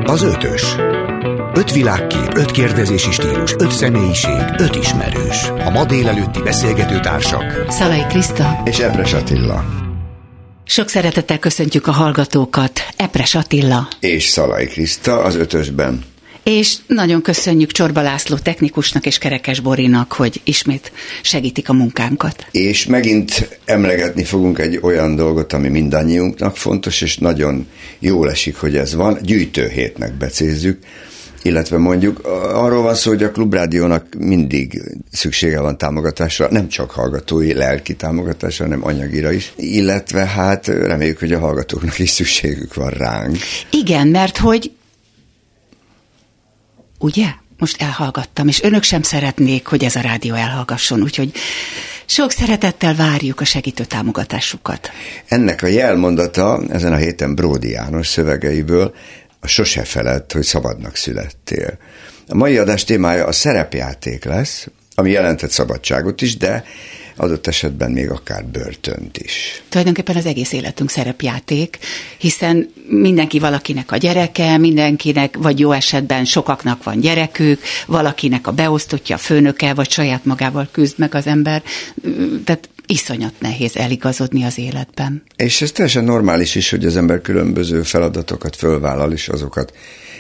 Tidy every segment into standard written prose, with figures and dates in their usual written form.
Az ötös. 5 világkép, 5 kérdezési stílus, 5 személyiség, 5 ismerős. A ma délelőtti beszélgető társak Szalai Kriszta és Epres Attila. Sok szeretettel köszöntjük a hallgatókat. Epres Attila És Szalai Kriszta az ötösben. És nagyon köszönjük Csorba László technikusnak és Kerekes Borinak, hogy ismét segítik a munkánkat. És megint emlegetni fogunk egy olyan dolgot, ami mindannyiunknak fontos, és nagyon jól esik, hogy ez van. Gyűjtőhétnek becézzük, illetve mondjuk arról van szó, hogy a Klubrádiónak mindig szüksége van támogatásra, nem csak hallgatói, lelki támogatásra, hanem anyagira is, illetve hát reméljük, hogy a hallgatóknak is szükségük van ránk. Igen, mert hogy ugye? Most elhallgattam, és önök sem szeretnék, hogy ez a rádió elhallgasson, úgyhogy sok szeretettel várjuk a segítő támogatásukat. Ennek a jelmondata ezen a héten Bródi János szövegeiből: a sose feledd, hogy szabadnak születtél. A mai adás témája a szerepjáték lesz, ami jelentett szabadságot is, de adott esetben még akár börtönt is. Tulajdonképpen az egész életünk szerepjáték, hiszen mindenki valakinek a gyereke, mindenkinek, vagy jó esetben sokaknak van gyerekük, valakinek a beosztottja, a főnöke, vagy saját magával küzd meg az ember. Tehát iszonyat nehéz eligazodni az életben. És ez teljesen normális is, hogy az ember különböző feladatokat fölvállal, és azokat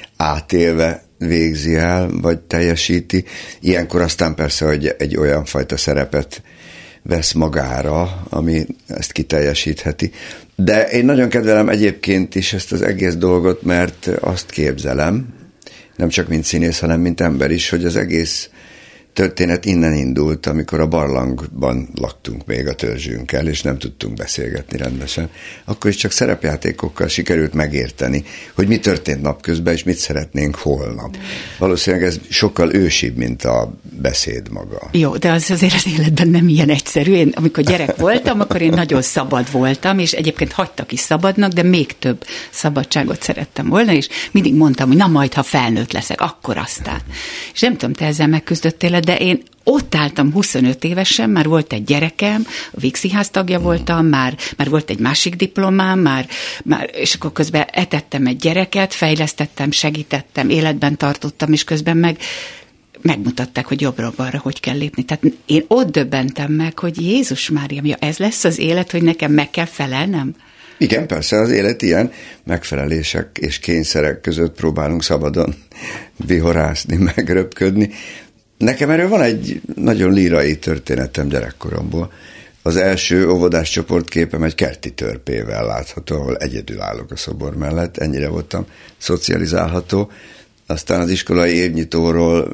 átélve végzi el, vagy teljesíti. Ilyenkor aztán persze, hogy egy olyan fajta szerepet vesz magára, ami ezt kiteljesítheti. De én nagyon kedvelem egyébként is ezt az egész dolgot, mert azt képzelem, nem csak mint színész, hanem mint ember is, hogy az egész történet innen indult, amikor a barlangban laktunk még a törzsünkkel, és nem tudtunk beszélgetni rendesen. Akkor is csak szerepjátékokkal sikerült megérteni, hogy mi történt napközben, és mit szeretnénk holnap. Valószínűleg ez sokkal ősibb, mint a beszéd maga. Jó, de az azért az életben nem ilyen egyszerű. Én, amikor gyerek voltam, akkor én nagyon szabad voltam, és egyébként hagytak is szabadnak, de még több szabadságot szerettem volna, és mindig mondtam, hogy na majd, ha felnőtt leszek, akkor aztán. És nem tudom, te ezzel megküzdöttél, de én ott álltam 25 évesen, már volt egy gyerekem, a Víg Színház tagja voltam, már volt egy másik diplomám, már, és akkor közben etettem egy gyereket, fejlesztettem, segítettem, életben tartottam, és közben megmutatták, hogy jobbra-balra hogy kell lépni. Tehát én ott döbbentem meg, hogy Jézus Mária, ez lesz az élet, hogy nekem meg kell felelnem? Igen, persze, az élet ilyen, megfelelések és kényszerek között próbálunk szabadon vihorászni, megröpködni. Nekem erről van egy nagyon lírai történetem gyerekkoromból. Az első óvodás csoportképem egy kerti törpével látható, ahol egyedül állok a szobor mellett, ennyire voltam szocializálható. Aztán az iskolai évnyitóról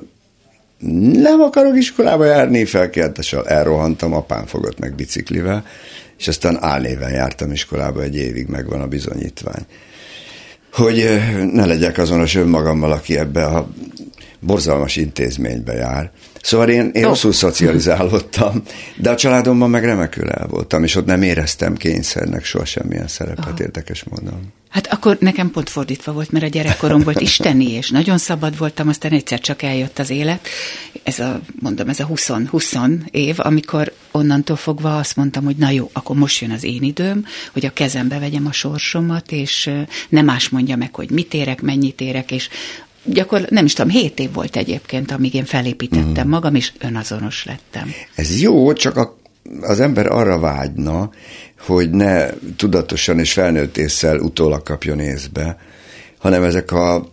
nem akarok iskolába járni, felkiáltással elrohantam, apám fogott meg biciklivel, és aztán álnéven jártam iskolába egy évig, megvan a bizonyítvány. Hogy ne legyek azonos önmagammal, aki ebbe a borzalmas intézménybe jár. Szóval én rosszul szocializálódtam, de a családomban meg remekül el voltam, és ott nem éreztem kényszernek soha semmilyen szerepet, érdekes módon. Hát akkor nekem pont fordítva volt, mert a gyerekkorom volt isteni, és nagyon szabad voltam, aztán egyszer csak eljött az élet. Ez a 20 év, amikor onnantól fogva azt mondtam, hogy na jó, akkor most jön az én időm, hogy a kezembe vegyem a sorsomat, és nem más mondja meg, hogy mit érek, mennyit érek, és gyakorlatilag nem is tudom, 7 év volt egyébként, amíg én felépítettem magam, és önazonos lettem. Ez jó, csak az ember arra vágyna, hogy ne tudatosan és felnőtt ésszel utólag kapjon észbe, hanem ezek a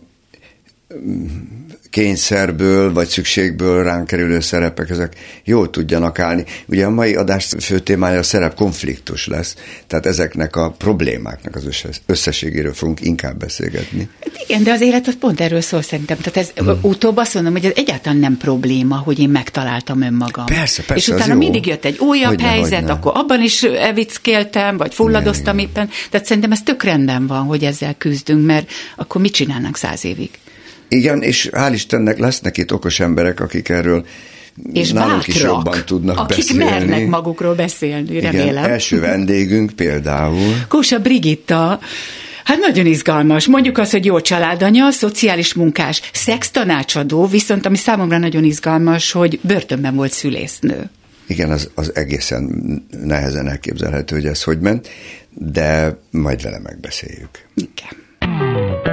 kényszerből vagy szükségből ránk kerülő szerepek, ezek jól tudjanak állni. Ugye a mai adás fő témája a szerepkonfliktus lesz, tehát ezeknek a problémáknak az összességéről fogunk inkább beszélgetni. Igen, de az élet az pont erről szól szerintem. Tehát ez utóbb azt mondom, hogy ez egyáltalán nem probléma, hogy én megtaláltam önmagam. Persze, és utána mindig jött egy újabb helyzet, akkor abban is evickéltem, vagy fulladoztam éppen. Tehát szerintem ez tök rendben van, hogy ezzel küzdünk, mert akkor mit csinálnánk 100 évig? Igen, és hál' Istennek lesznek itt okos emberek, akik erről és nálunk is jobban tudnak akik beszélni. mernek magukról beszélni, remélem. Igen, első vendégünk például Kósa Brigitta. Hát nagyon izgalmas. Mondjuk azt, hogy jó családanya, szociális munkás, szextanácsadó, viszont ami számomra nagyon izgalmas, hogy börtönben volt szülésznő. Igen, az egészen nehezen elképzelhető, hogy ez hogy ment, de majd vele megbeszéljük. Igen.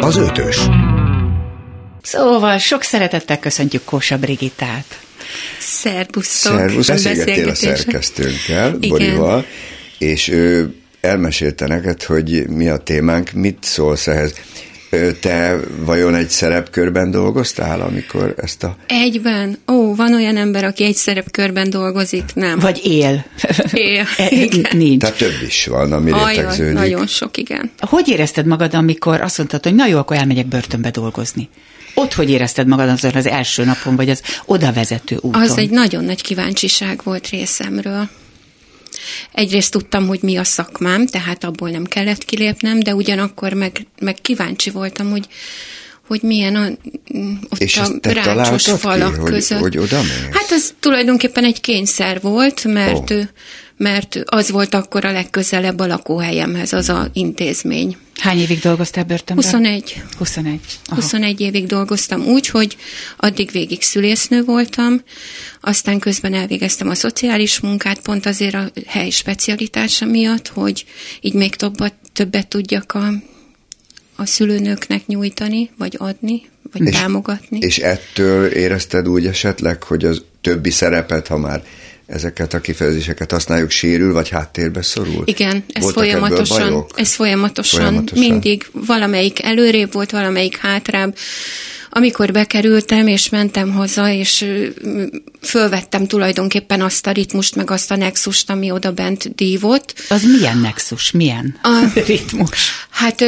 Az Ötös. Szóval sok szeretettel köszöntjük Kósa Brigitát. Szerbusztok! Szervusz, beszélgettél a szerkesztőnkkel, Borival, és ő elmesélte neked, hogy mi a témánk, mit szólsz ehhez. Te vajon egy szerepkörben dolgoztál, amikor ezt a... Egyben? Van olyan ember, aki egy szerepkörben dolgozik, nem. Vagy él. Igen. Nincs. Tehát több is van, ami rétegződik. Nagyon sok, igen. Hogy érezted magad, amikor azt mondtad, hogy na jó, akkor elmegyek börtönbe dolgozni? Ott hogy érezted magad az első napon, vagy az oda vezető úton? Az egy nagyon nagy kíváncsiság volt részemről. Egyrészt tudtam, hogy mi a szakmám, tehát abból nem kellett kilépnem, de ugyanakkor meg kíváncsi voltam, hogy milyen ott és a rácsos falak között. Hogy oda mész? Hát ez tulajdonképpen egy kényszer volt, mert az volt akkor a legközelebb a lakóhelyemhez, az a intézmény. Hány évig dolgoztál börtönben? 21. Aha. 21 évig dolgoztam úgy, hogy addig végig szülésznő voltam, aztán közben elvégeztem a szociális munkát, pont azért a hely specialitása miatt, hogy így még többet tudjak a szülőnőknek nyújtani, vagy adni, vagy támogatni. És ettől érezted úgy esetleg, hogy az többi szerepet, ha már ezeket a kifejezéseket használjuk, sérül, vagy háttérbe szorul? Igen, ez folyamatosan mindig valamelyik előrébb volt, valamelyik hátrább. Amikor bekerültem, és mentem haza, és fölvettem tulajdonképpen azt a ritmust, meg azt a nexust, ami oda bent dívott. Az milyen nexus? Milyen ritmus? Hát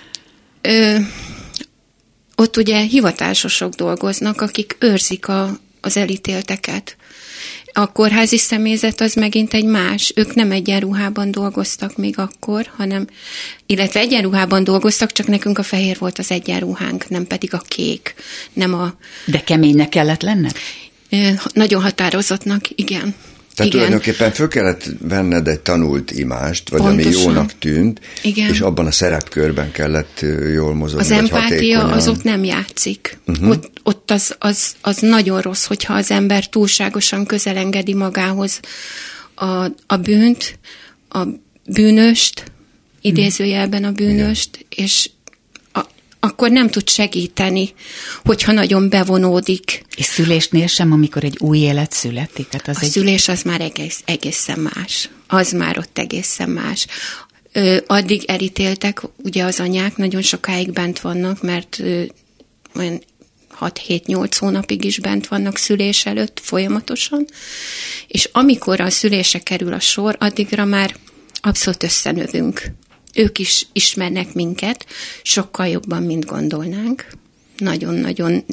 ott ugye hivatásosok dolgoznak, akik őrzik az elítélteket. A kórházi személyzet az megint egy más. Ők nem egyenruhában dolgoztak még akkor, illetve egyenruhában dolgoztak, csak nekünk a fehér volt az egyenruhánk, nem pedig a kék. De keménynek kellett lenned? Nagyon határozottnak, igen. Tehát tulajdonképpen föl kellett venned egy tanult imást, vagy pontosan. Ami jónak tűnt, igen. És abban a szerepkörben kellett jól mozogni, az vagy empátia hatékonyan. Az ott nem játszik. Ott az nagyon rossz, hogyha az ember túlságosan közel engedi magához a bűnt, a bűnöst, idézőjelben a bűnöst, és akkor nem tud segíteni, hogyha nagyon bevonódik. És szülésnél sem, amikor egy új élet születik? Hát szülés az már egészen más. Az már ott egészen más. Addig elítéltek, ugye az anyák nagyon sokáig bent vannak, mert olyan 6-7-8 hónapig is bent vannak szülés előtt folyamatosan, és amikor a szülésre kerül a sor, addigra már abszolút összenövünk. Ők is ismernek minket, sokkal jobban, mint gondolnánk. Nagyon-nagyon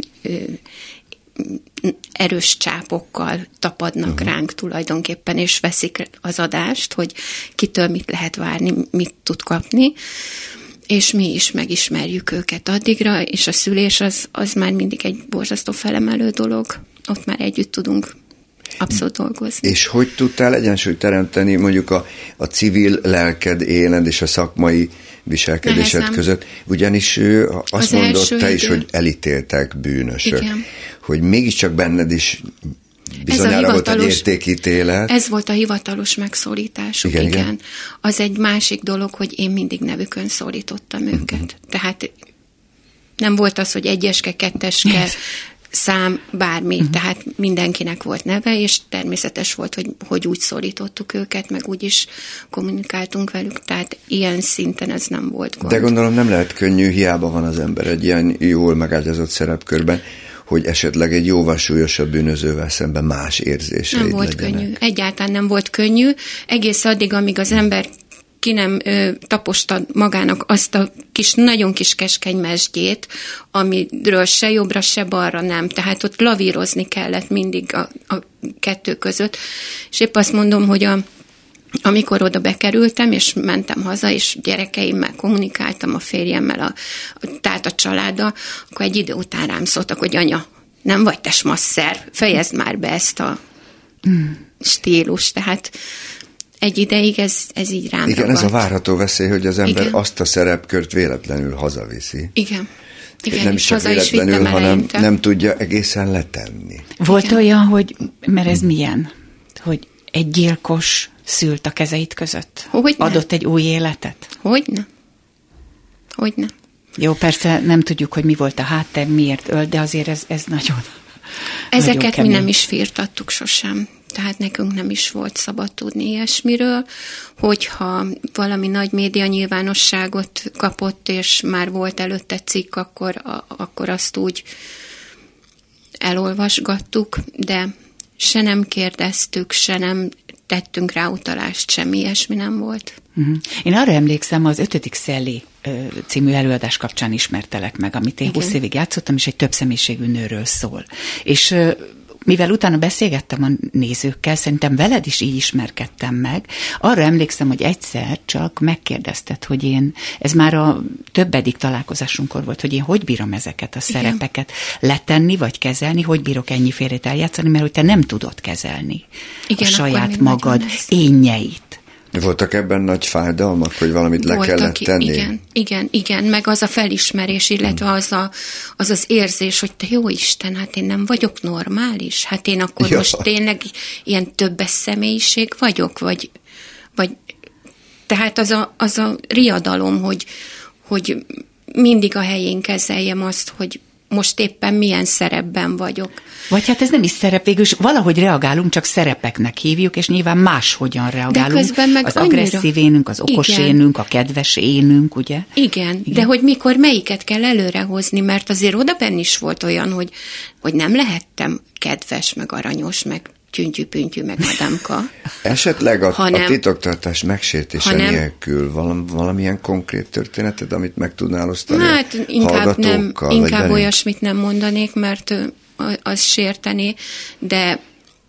erős csápokkal tapadnak ránk tulajdonképpen, és veszik az adást, hogy kitől mit lehet várni, mit tud kapni, és mi is megismerjük őket addigra, és a szülés az már mindig egy borzasztó felemelő dolog. Ott már együtt tudunk abszolút dolgozni. És hogy tudtál egyensúlyt teremteni mondjuk a civil lelked, éled és a szakmai viselkedésed között? Ugyanis azt mondod te is, hogy elítéltek bűnösök. Igen. Hogy mégiscsak benned is bizonyára volt egy értékítélet. Ez volt a hivatalos megszólításuk, igen. Az egy másik dolog, hogy én mindig nevükön szólítottam őket. Tehát nem volt az, hogy egyeske, ketteske, szám, bármi, tehát mindenkinek volt neve, és természetes volt, hogy úgy szólítottuk őket, meg úgy is kommunikáltunk velük, tehát ilyen szinten ez nem volt gond. De gondolom nem lehet könnyű, hiába van az ember egy ilyen jól megágyazott szerepkörben, hogy esetleg egy jóval súlyosabb bűnözővel szemben más érzéseid nem volt legyenek. Könnyű, egyáltalán nem volt könnyű, egész addig, amíg az ember ki nem taposta magának azt a nagyon kis keskeny mesdjét, amiről se jobbra, se balra nem. Tehát ott lavírozni kellett mindig a kettő között. És épp azt mondom, hogy amikor oda bekerültem, és mentem haza, és gyerekeimmel kommunikáltam, a férjemmel, tehát a családdal, akkor egy idő után rám szóltak, hogy anya, nem vagy te smasszer, fejezd már be ezt a stílus. Tehát egy ideig ez így rám igen, ragadt. Ez a várható veszély, hogy az ember azt a szerepkört véletlenül hazaviszi. Igen, nem is csak véletlenül, hanem nem tudja egészen letenni. Volt olyan, mert ez milyen? Hogy egy gyilkos szült a kezeit között? Hogyne? Adott egy új életet? Hogyne. Jó, persze nem tudjuk, hogy mi volt a háttér, miért ölt, de azért ez nagyon Ezeket mi nem is firtattuk sosem. Tehát nekünk nem is volt szabad tudni ilyesmiről, hogyha valami nagy média nyilvánosságot kapott, és már volt előtte cikk, akkor azt úgy elolvasgattuk, de se nem kérdeztük, se nem tettünk rá utalást, semmi ilyesmi nem volt. Én arra emlékszem, az 5. Szellé című előadás kapcsán ismertelek meg, amit én 20 évig játszottam, és egy többszemélyiségű nőről szól. És mivel utána beszélgettem a nézőkkel, szerintem veled is így ismerkedtem meg. Arra emlékszem, hogy egyszer csak megkérdezted, hogy ez már a többedik találkozásunkkor volt, hogy én hogy bírom ezeket a szerepeket letenni, vagy kezelni, hogy bírok ennyifélét eljátszani, mert hogy te nem tudod kezelni a saját magad énjeit. Voltak ebben nagy fájdalmak, hogy valamit le kellett tenni? Igen, meg az a felismerés, illetve az érzés, hogy te jó Isten, hát én nem vagyok normális, hát én akkor most tényleg ilyen többes személyiség vagyok, vagy tehát az a riadalom, hogy mindig a helyén kezeljem azt, hogy most éppen milyen szerepben vagyok. Vagy hát ez nem is szerep, végül is valahogy reagálunk, csak szerepeknek hívjuk, és nyilván máshogyan reagálunk. De közben meg az agresszív énünk, az okos énünk, a kedves énünk, ugye? Igen, de hogy mikor melyiket kell előrehozni, mert azért odabenn is volt olyan, hogy nem lehettem kedves, meg aranyos, meg tyüntyű-püntyű, meg madámka. Esetleg a titoktartás megsértése nélkül valamilyen konkrét történeted, amit meg tudnál osztani hát inkább olyasmit nem mondanék, mert az sértené, de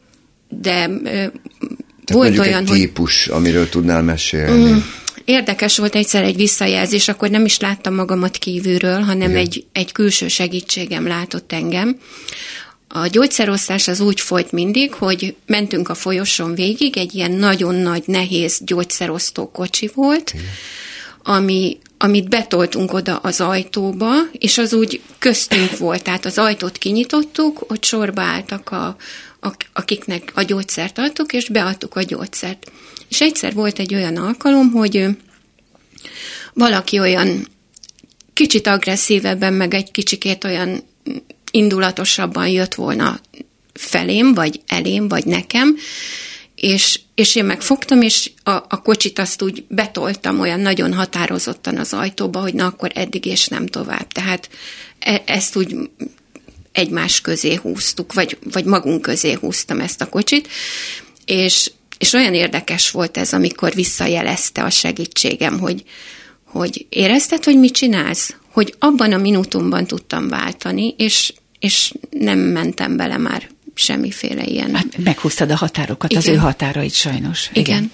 volt olyan, egy típus, amiről tudnál mesélni. Érdekes volt egyszer egy visszajelzés, akkor nem is láttam magamat kívülről, hanem egy külső segítségem látott engem. A gyógyszerosztás az úgy folyt mindig, hogy mentünk a folyosón végig, egy ilyen nagyon nagy, nehéz gyógyszerosztó kocsi volt, amit betoltunk oda az ajtóba, és az úgy köztünk volt, tehát az ajtót kinyitottuk, ott sorba álltak akiknek a gyógyszert adtuk, és beadtuk a gyógyszert. És egyszer volt egy olyan alkalom, hogy valaki olyan kicsit agresszívebben, meg egy kicsikét olyan indulatosabban jött volna felém, vagy elém, vagy nekem, és én megfogtam, és a kocsit azt úgy betoltam olyan nagyon határozottan az ajtóba, hogy na akkor eddig és nem tovább. Tehát ezt úgy egymás közé húztuk, vagy magunk közé húztam ezt a kocsit, és olyan érdekes volt ez, amikor visszajelezte a segítségem, hogy érezted, hogy mit csinálsz? Hogy abban a minutumban tudtam váltani, és nem mentem bele már semmiféle ilyen. Hát meghúztad a határokat, igen. Az ő határait sajnos. Igen.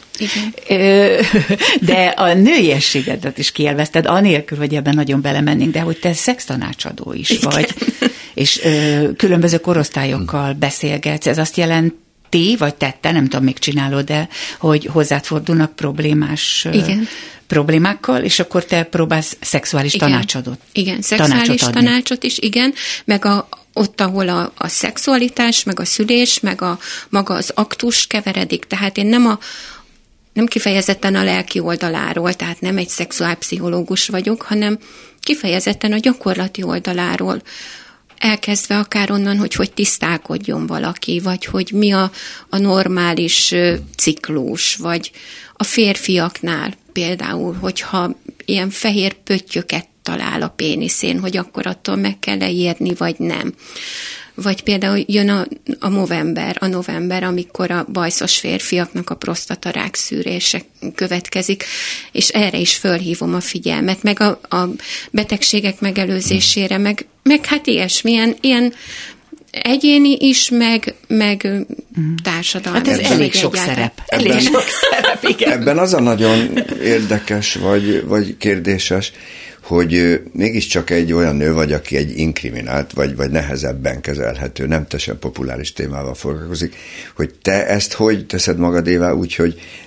De a nőiességedet is kielvezted, anélkül, hogy ebben nagyon belemennénk, de hogy te szextanácsadó is igen. vagy, és különböző korosztályokkal beszélgetsz, ez azt jelenti, vagy tette, nem tudom, még csinálod, de hogy hozzád fordulnak problémákkal, és akkor te próbálsz szexuális tanácsadót. Igen, szexuális tanácsot is, igen, meg ott, ahol a szexualitás, meg a szülés, meg maga az aktus keveredik, tehát én nem kifejezetten a lelki oldaláról, tehát nem egy szexuálpszichológus vagyok, hanem kifejezetten a gyakorlati oldaláról, elkezdve akár onnan, hogy tisztálkodjon valaki, vagy hogy mi a normális ciklus, vagy a férfiaknál például, hogyha ilyen fehér pöttyöket talál a péniszén, hogy akkor attól meg kell leírni, vagy nem. Vagy például jön a november, amikor a bajszos férfiaknak a prostatarák szűrése következik, és erre is fölhívom a figyelmet, meg a betegségek megelőzésére, meg hát ilyen egyéni is, meg társadalmi. Hát ez elég sok szerep. Igen. Ebben az a nagyon érdekes, vagy kérdéses, hogy mégiscsak egy olyan nő vagy, aki egy inkriminált, vagy nehezebben kezelhető, nem teljesen populáris témával foglalkozik, hogy te ezt hogy teszed magadévá úgy, hogy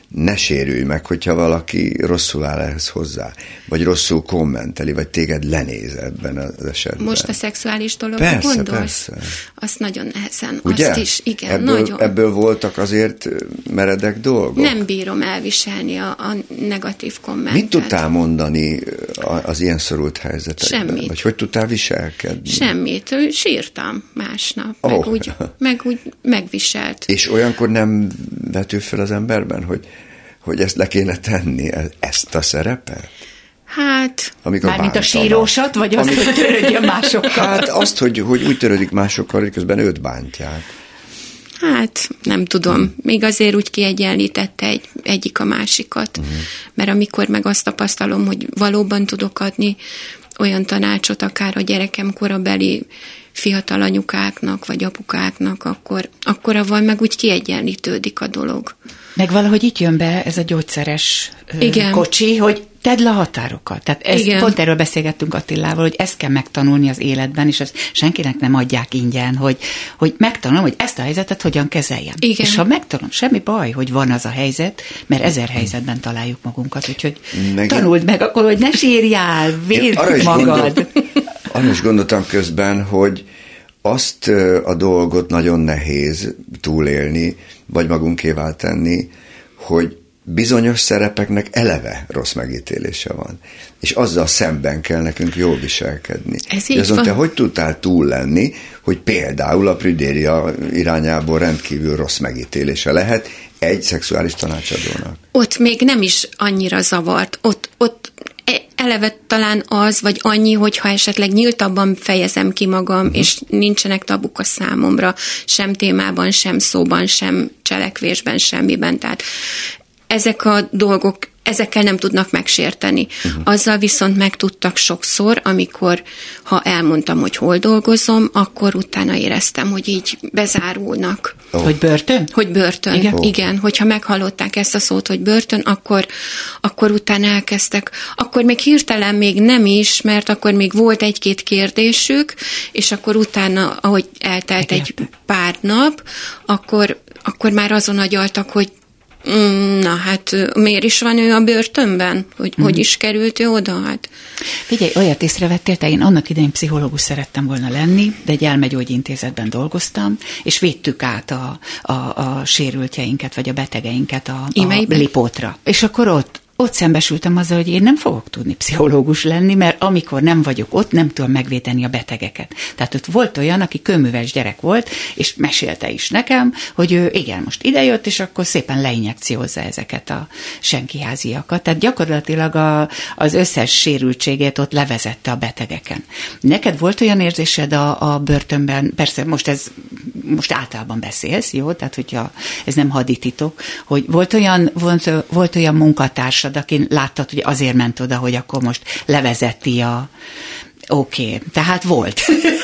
ne sérülj meg, hogyha valaki rosszul áll ehhez hozzá, vagy rosszul kommenteli, vagy téged lenéz ebben az esetben. Most a szexuális dologra gondolsz? Persze. Azt nagyon nehezen. Ugye? Azt is, igen, nagyon. Ebből voltak azért meredek dolgok? Nem bírom elviselni a negatív kommentet. Mit tudtál mondani az ilyen szorult helyzetekben? Semmit. Vagy hogy tudtál viselkedni? Semmit. Sírtam másnap. Meg úgy megviselt. És olyankor nem vető fel az emberben, hogy ezt le kéne tenni, ezt a szerepet? Hát... Mármint a sírósat, vagy azt, hogy törődjön másokkal? Hát azt, hogy úgy törődik másokkal, hogy közben őt bántják. Hát nem tudom. Még azért úgy kiegyenlítette egyik a másikat. Mert amikor meg azt tapasztalom, hogy valóban tudok adni olyan tanácsot, akár a gyerekem korabeli fiatal anyukáknak, vagy apukáknak, akkor avval meg úgy kiegyenlítődik a dolog. Meg valahogy itt jön be ez a gyógyszeres kocsi, hogy tedd le a határokat. Tehát pont erről beszélgettünk Attilával, hogy ezt kell megtanulni az életben, és ezt senkinek nem adják ingyen, hogy megtanulom, hogy ezt a helyzetet hogyan kezeljem. Igen. És ha megtanulom, semmi baj, hogy van az a helyzet, mert 1000 helyzetben találjuk magunkat, úgyhogy tanuld meg akkor, hogy ne sírjál, védd magad. Arra is gondoltam közben, hogy azt a dolgot nagyon nehéz túlélni, vagy magunkévá tenni, hogy bizonyos szerepeknek eleve rossz megítélése van. És azzal szemben kell nekünk jól viselkedni. Azon te hogy tudtál túl lenni, hogy például a prüdéria irányából rendkívül rossz megítélése lehet egy szexuális tanácsadónak? Ott még nem is annyira zavart. Ott eleve talán az, vagy annyi, hogyha esetleg nyíltabban fejezem ki magam, és nincsenek tabuk a számomra, sem témában, sem szóban, sem cselekvésben, semmiben. Tehát ezek a dolgok, ezekkel nem tudnak megsérteni. Azzal viszont megtudtak sokszor, amikor, ha elmondtam, hogy hol dolgozom, akkor utána éreztem, hogy így bezárulnak. Hogy börtön? Hogy börtön, igen. Hogyha meghallották ezt a szót, hogy börtön, akkor utána elkezdtek. Akkor még hirtelen még nem is, mert akkor még volt egy-két kérdésük, és akkor utána, ahogy eltelt egy pár nap, akkor már azon agyaltak, hogy na hát miért is van ő a börtönben? Hogy is került ő oda? Hát. Figyelj, olyat észrevettél, én annak idején pszichológus szerettem volna lenni, de egy elmegyógyintézetben dolgoztam, és védtük át a sérültjeinket, vagy a betegeinket a Lipótra. És akkor ott szembesültem azzal, hogy én nem fogok tudni pszichológus lenni, mert amikor nem vagyok ott, nem tudom megvédeni a betegeket. Tehát ott volt olyan, aki kőműves gyerek volt, és mesélte is nekem, hogy ő igen, most idejött, és akkor szépen leinjekciózza ezeket a senkiháziakat. Tehát gyakorlatilag az összes sérültségét ott levezette a betegeken. Neked volt olyan érzésed a börtönben, persze most általában beszélsz, jó? Tehát hogyha ez nem hadititok, hogy volt olyan munkatársad, akin láttad, hogy azért ment oda, hogy akkor most levezeti Oké, tehát volt.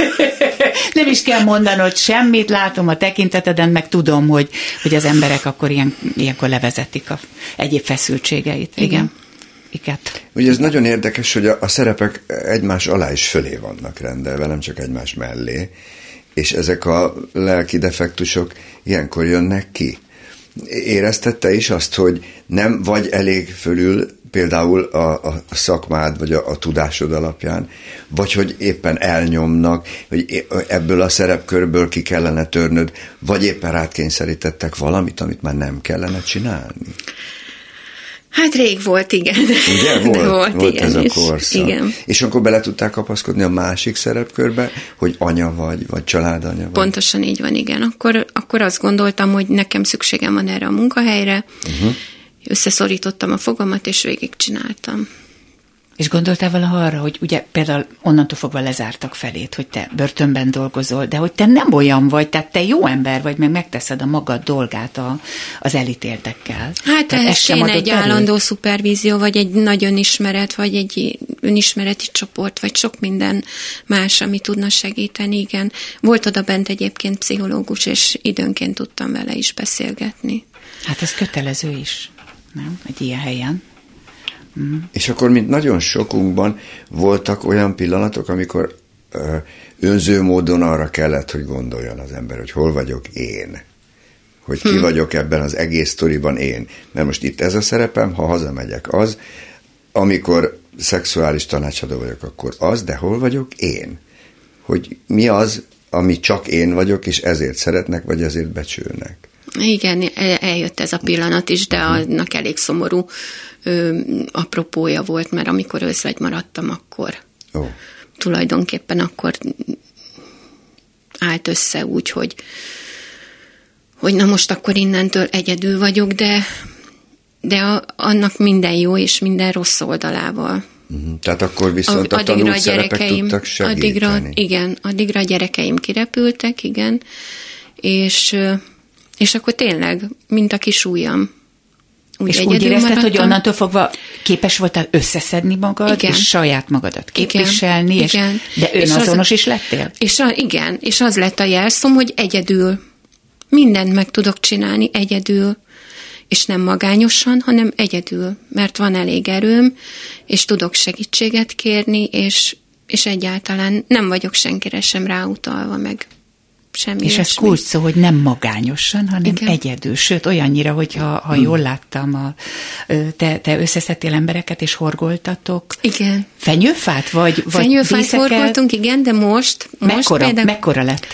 Nem is kell mondanod semmit, látom a tekinteteden, meg tudom, hogy az emberek akkor ilyenkor levezetik a egyéb feszültségeit. Igen. Ugye ez nagyon érdekes, hogy a szerepek egymás alá és fölé vannak rendelve, nem csak egymás mellé, és ezek a lelki defektusok ilyenkor jönnek ki. Éreztette is azt, hogy nem vagy elég fölül például a szakmád, vagy a tudásod alapján, vagy hogy éppen elnyomnak, hogy ebből a szerepkörből ki kellene törnöd, vagy éppen rád kényszerítettek valamit, amit már nem kellene csinálni? Hát rég volt, igen. Ugye? Volt igen, ez a korszak. Igen. És akkor bele tudtál kapaszkodni a másik szerepkörbe, hogy anya vagy családanya vagy? Pontosan így van, igen. Akkor azt gondoltam, hogy nekem szükségem van erre a munkahelyre, összeszorítottam a fogamat, és végigcsináltam. És gondoltál valaha arra, hogy ugye például onnantól fogva lezártak felét, hogy te börtönben dolgozol, de hogy te nem olyan vagy, tehát te jó ember vagy, meg megteszed a magad dolgát az elítéltekkel. Hát ehhez kéne egy állandó szupervízió, vagy egy nagy önismeret, vagy egy önismereti csoport, vagy sok minden más, ami tudna segíteni, igen. Volt oda bent egyébként pszichológus, és időnként tudtam vele is beszélgetni. Hát ez kötelező is, nem? Egy ilyen helyen. És akkor, mint nagyon sokunkban voltak olyan pillanatok, amikor önző módon arra kellett, hogy gondoljon az ember, hogy hol vagyok én. hogy ki vagyok ebben az egész sztoriban én. Mert most itt ez a szerepem, ha hazamegyek az, amikor szexuális tanácsadó vagyok, akkor az, de hol vagyok én? Hogy mi az, ami csak én vagyok, és ezért szeretnek, vagy ezért becsülnek. Igen, eljött ez a pillanat is, de annak elég szomorú apropója volt, mert amikor özvegy maradtam, akkor tulajdonképpen akkor állt össze úgy, hogy na most akkor innentől egyedül vagyok, de annak minden jó és minden rossz oldalával. Tehát akkor viszont a tanult szerepek tudtak segíteni. Addigra a gyerekeim kirepültek, igen, és akkor tényleg, mint a kis ujjam. És úgy érezted, maradtam, hogy onnantól fogva képes voltál összeszedni magad, igen, és saját magadat képviselni, igen, de önazonos is lettél? Igen, és az lett a jelszom, hogy egyedül. Mindent meg tudok csinálni egyedül, és nem magányosan, hanem egyedül, mert van elég erőm, és tudok segítséget kérni, és egyáltalán nem vagyok senkire sem ráutalva, meg semmi. És ez kulcs szó, hogy nem magányosan, hanem igen, egyedül. Sőt, olyannyira, hogy ha jól láttam, te összeszedtél embereket, és horgoltatok. Igen. Fenyőfát, vagy fenyőfát horgoltunk, igen, de most mekkora lett?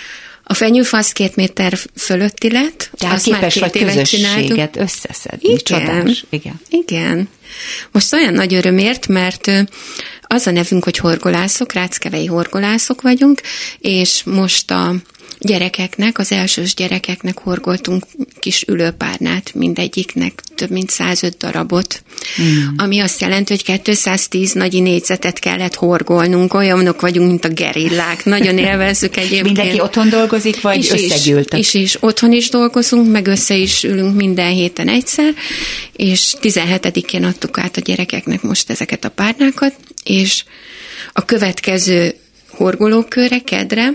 A fenyőfa az 2 méter fölötti lett. Tehát képes vagy közösséget összeszedni. Igen. Csodás. Igen. Most olyan nagy örömért, mert az a nevünk, hogy horgolászok, ráckevei horgolászok vagyunk, és most a gyerekeknek, az elsős gyerekeknek horgoltunk kis ülőpárnát, mindegyiknek több mint 105 darabot, ami azt jelenti, hogy 210 nagyi négyzetet kellett horgolnunk, olyanok vagyunk, mint a gerillák, nagyon élvezzük egyébként. Mindenki otthon dolgozik, vagy összegyűltek? És otthon is dolgozunk, meg össze is ülünk minden héten egyszer, és 17-én adtuk át a gyerekeknek most ezeket a párnákat, és a következő horgolókörre, kedre,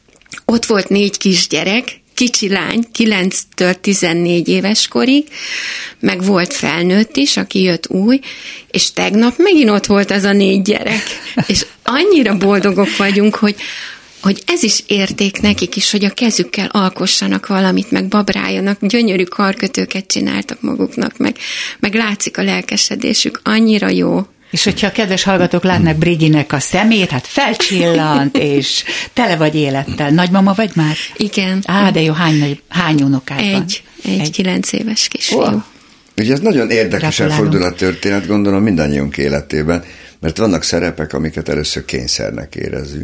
ott volt 4 kisgyerek, kicsi lány, 9-től 14 éves korig, meg volt felnőtt is, aki jött új, és tegnap megint ott volt az a 4 gyerek. És annyira boldogok vagyunk, hogy ez is érték nekik is, hogy a kezükkel alkossanak valamit, meg babráljanak, gyönyörű karkötőket csináltak maguknak, meg látszik a lelkesedésük, annyira jó. És hogyha a kedves hallgatók látnak Briginek a szemét, hát felcsillant, és tele vagy élettel. Nagymama vagy már? Igen. De jó, hány unokád van? Egy 9 éves kisfiú. Oh. Ugye ez nagyon érdekesen fordul a történet, gondolom mindannyiunk életében, mert vannak szerepek, amiket először kényszernek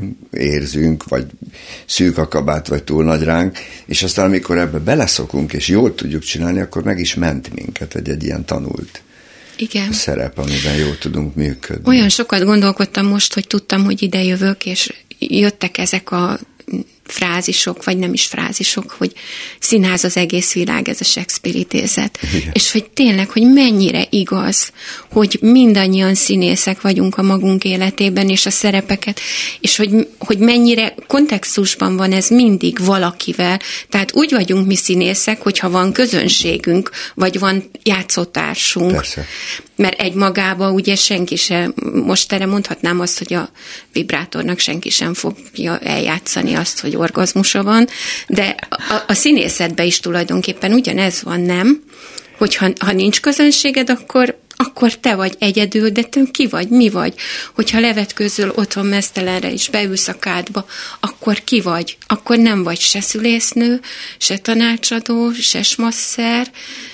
érzünk, vagy szűk a kabát, vagy túl nagy ránk, és aztán amikor ebbe beleszokunk, és jól tudjuk csinálni, akkor meg is ment minket egy ilyen tanult igen, szerep, amiben jól tudunk működni. Olyan sokat gondolkodtam most, hogy tudtam, hogy ide jövök, és jöttek ezek a frázisok, vagy nem is frázisok, hogy színház az egész világ, ez a Shakespeare idézet. Igen. És hogy tényleg, hogy mennyire igaz, hogy mindannyian színészek vagyunk a magunk életében, és a szerepeket, és hogy mennyire kontextusban van ez mindig valakivel. Tehát úgy vagyunk mi színészek, hogyha van közönségünk, vagy van játszótársunk. Persze. Mert egymagában ugye senki sem, most erre mondhatnám azt, hogy a vibrátornak senki sem fogja eljátszani azt, hogy orgazmusa van, de a színészetben is tulajdonképpen ugyanez van, nem? Hogyha nincs közönséged, akkor te vagy egyedül, de te ki vagy, mi vagy? Hogyha levetkőzöl otthon meztelenre és beülsz a kádba, akkor ki vagy? Akkor nem vagy se szülésznő, se tanácsadó, se smasszer,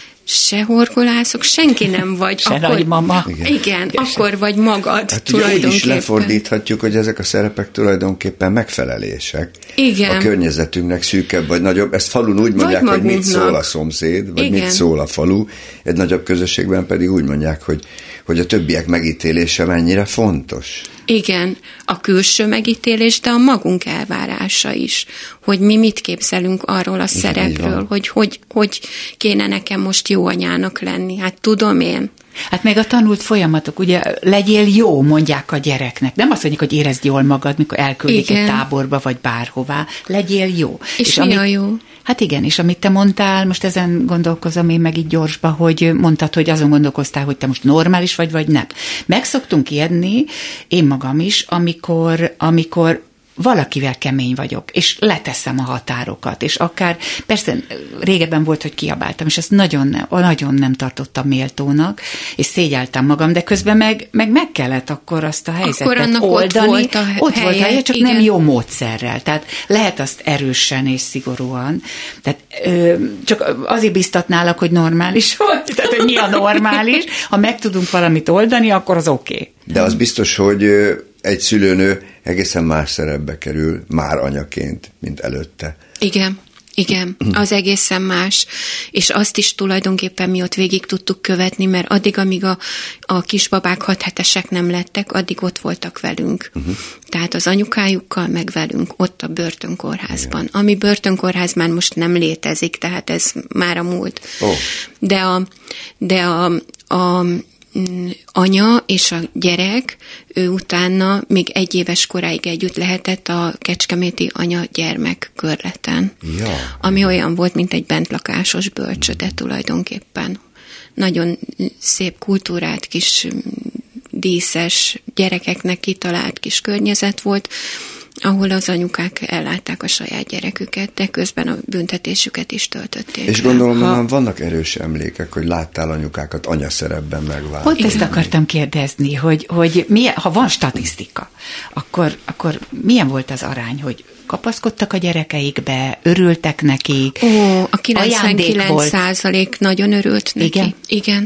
se horgolászok, senki nem vagy. Se nagymama. Igen, akkor vagy magad hát tulajdonképpen. Úgy is lefordíthatjuk, hogy ezek a szerepek tulajdonképpen megfelelések. Igen. A környezetünknek szűkebb vagy nagyobb. Ezt falun úgy mondják, hogy mit szól a szomszéd, vagy igen, mit szól a falu. Egy nagyobb közösségben pedig úgy mondják, hogy a többiek megítélése mennyire fontos. Igen, a külső megítélés, de a magunk elvárása is, hogy mi mit képzelünk arról a szerepről, hogy kéne nekem most jó anyának lenni. Hát tudom én. Hát meg a tanult folyamatok, ugye legyél jó, mondják a gyereknek. Nem azt mondják, hogy érezd jól magad, mikor elküldik egy táborba, vagy bárhová. Legyél jó. És mi a jó? Hát igen, és amit te mondtál, most ezen gondolkozom én meg így gyorsba, hogy mondtad, hogy azon gondolkoztál, hogy te most normális vagy nem. Meg szoktunk ijedni, én magam is, amikor valakivel kemény vagyok, és leteszem a határokat, és akár, persze régebben volt, hogy kiabáltam, és ezt nagyon nem tartottam méltónak, és szégyeltem magam, de közben meg kellett akkor azt a helyzetet oldani. Ott volt a helye, csak igen. Nem jó módszerrel. Tehát lehet azt erősen és szigorúan. Tehát csak azért biztatnálak, hogy normális volt, tehát hogy mi a normális. Ha meg tudunk valamit oldani, akkor az oké. De az biztos, hogy egy szülőnő egészen más szerepbe kerül már anyaként, mint előtte. Igen, az egészen más, és azt is tulajdonképpen mi ott végig tudtuk követni, mert addig, amíg a kisbabák 6 hetesek nem lettek, addig ott voltak velünk. Tehát az anyukájukkal, meg velünk, ott a börtönkórházban. Igen. Ami börtönkórház már most nem létezik, tehát ez már a múlt. Oh. De a anya és a gyerek, ő utána még 1 éves koráig együtt lehetett a kecskeméti anya-gyermek körleten. Ja. Ami olyan volt, mint egy bentlakásos bölcsöde tulajdonképpen. Nagyon szép kultúrát, kis díszes, gyerekeknek kitalált kis környezet volt, ahol az anyukák ellátták a saját gyereküket, de közben a büntetésüket is töltötték. És gondolom, vannak erős emlékek, hogy láttál anyukákat anyaszerepben megválni. Pont ezt akartam kérdezni, hogy milyen, ha van statisztika, akkor milyen volt az arány, hogy kapaszkodtak a gyerekeikbe, örültek nekik? A 99% nagyon örült neki.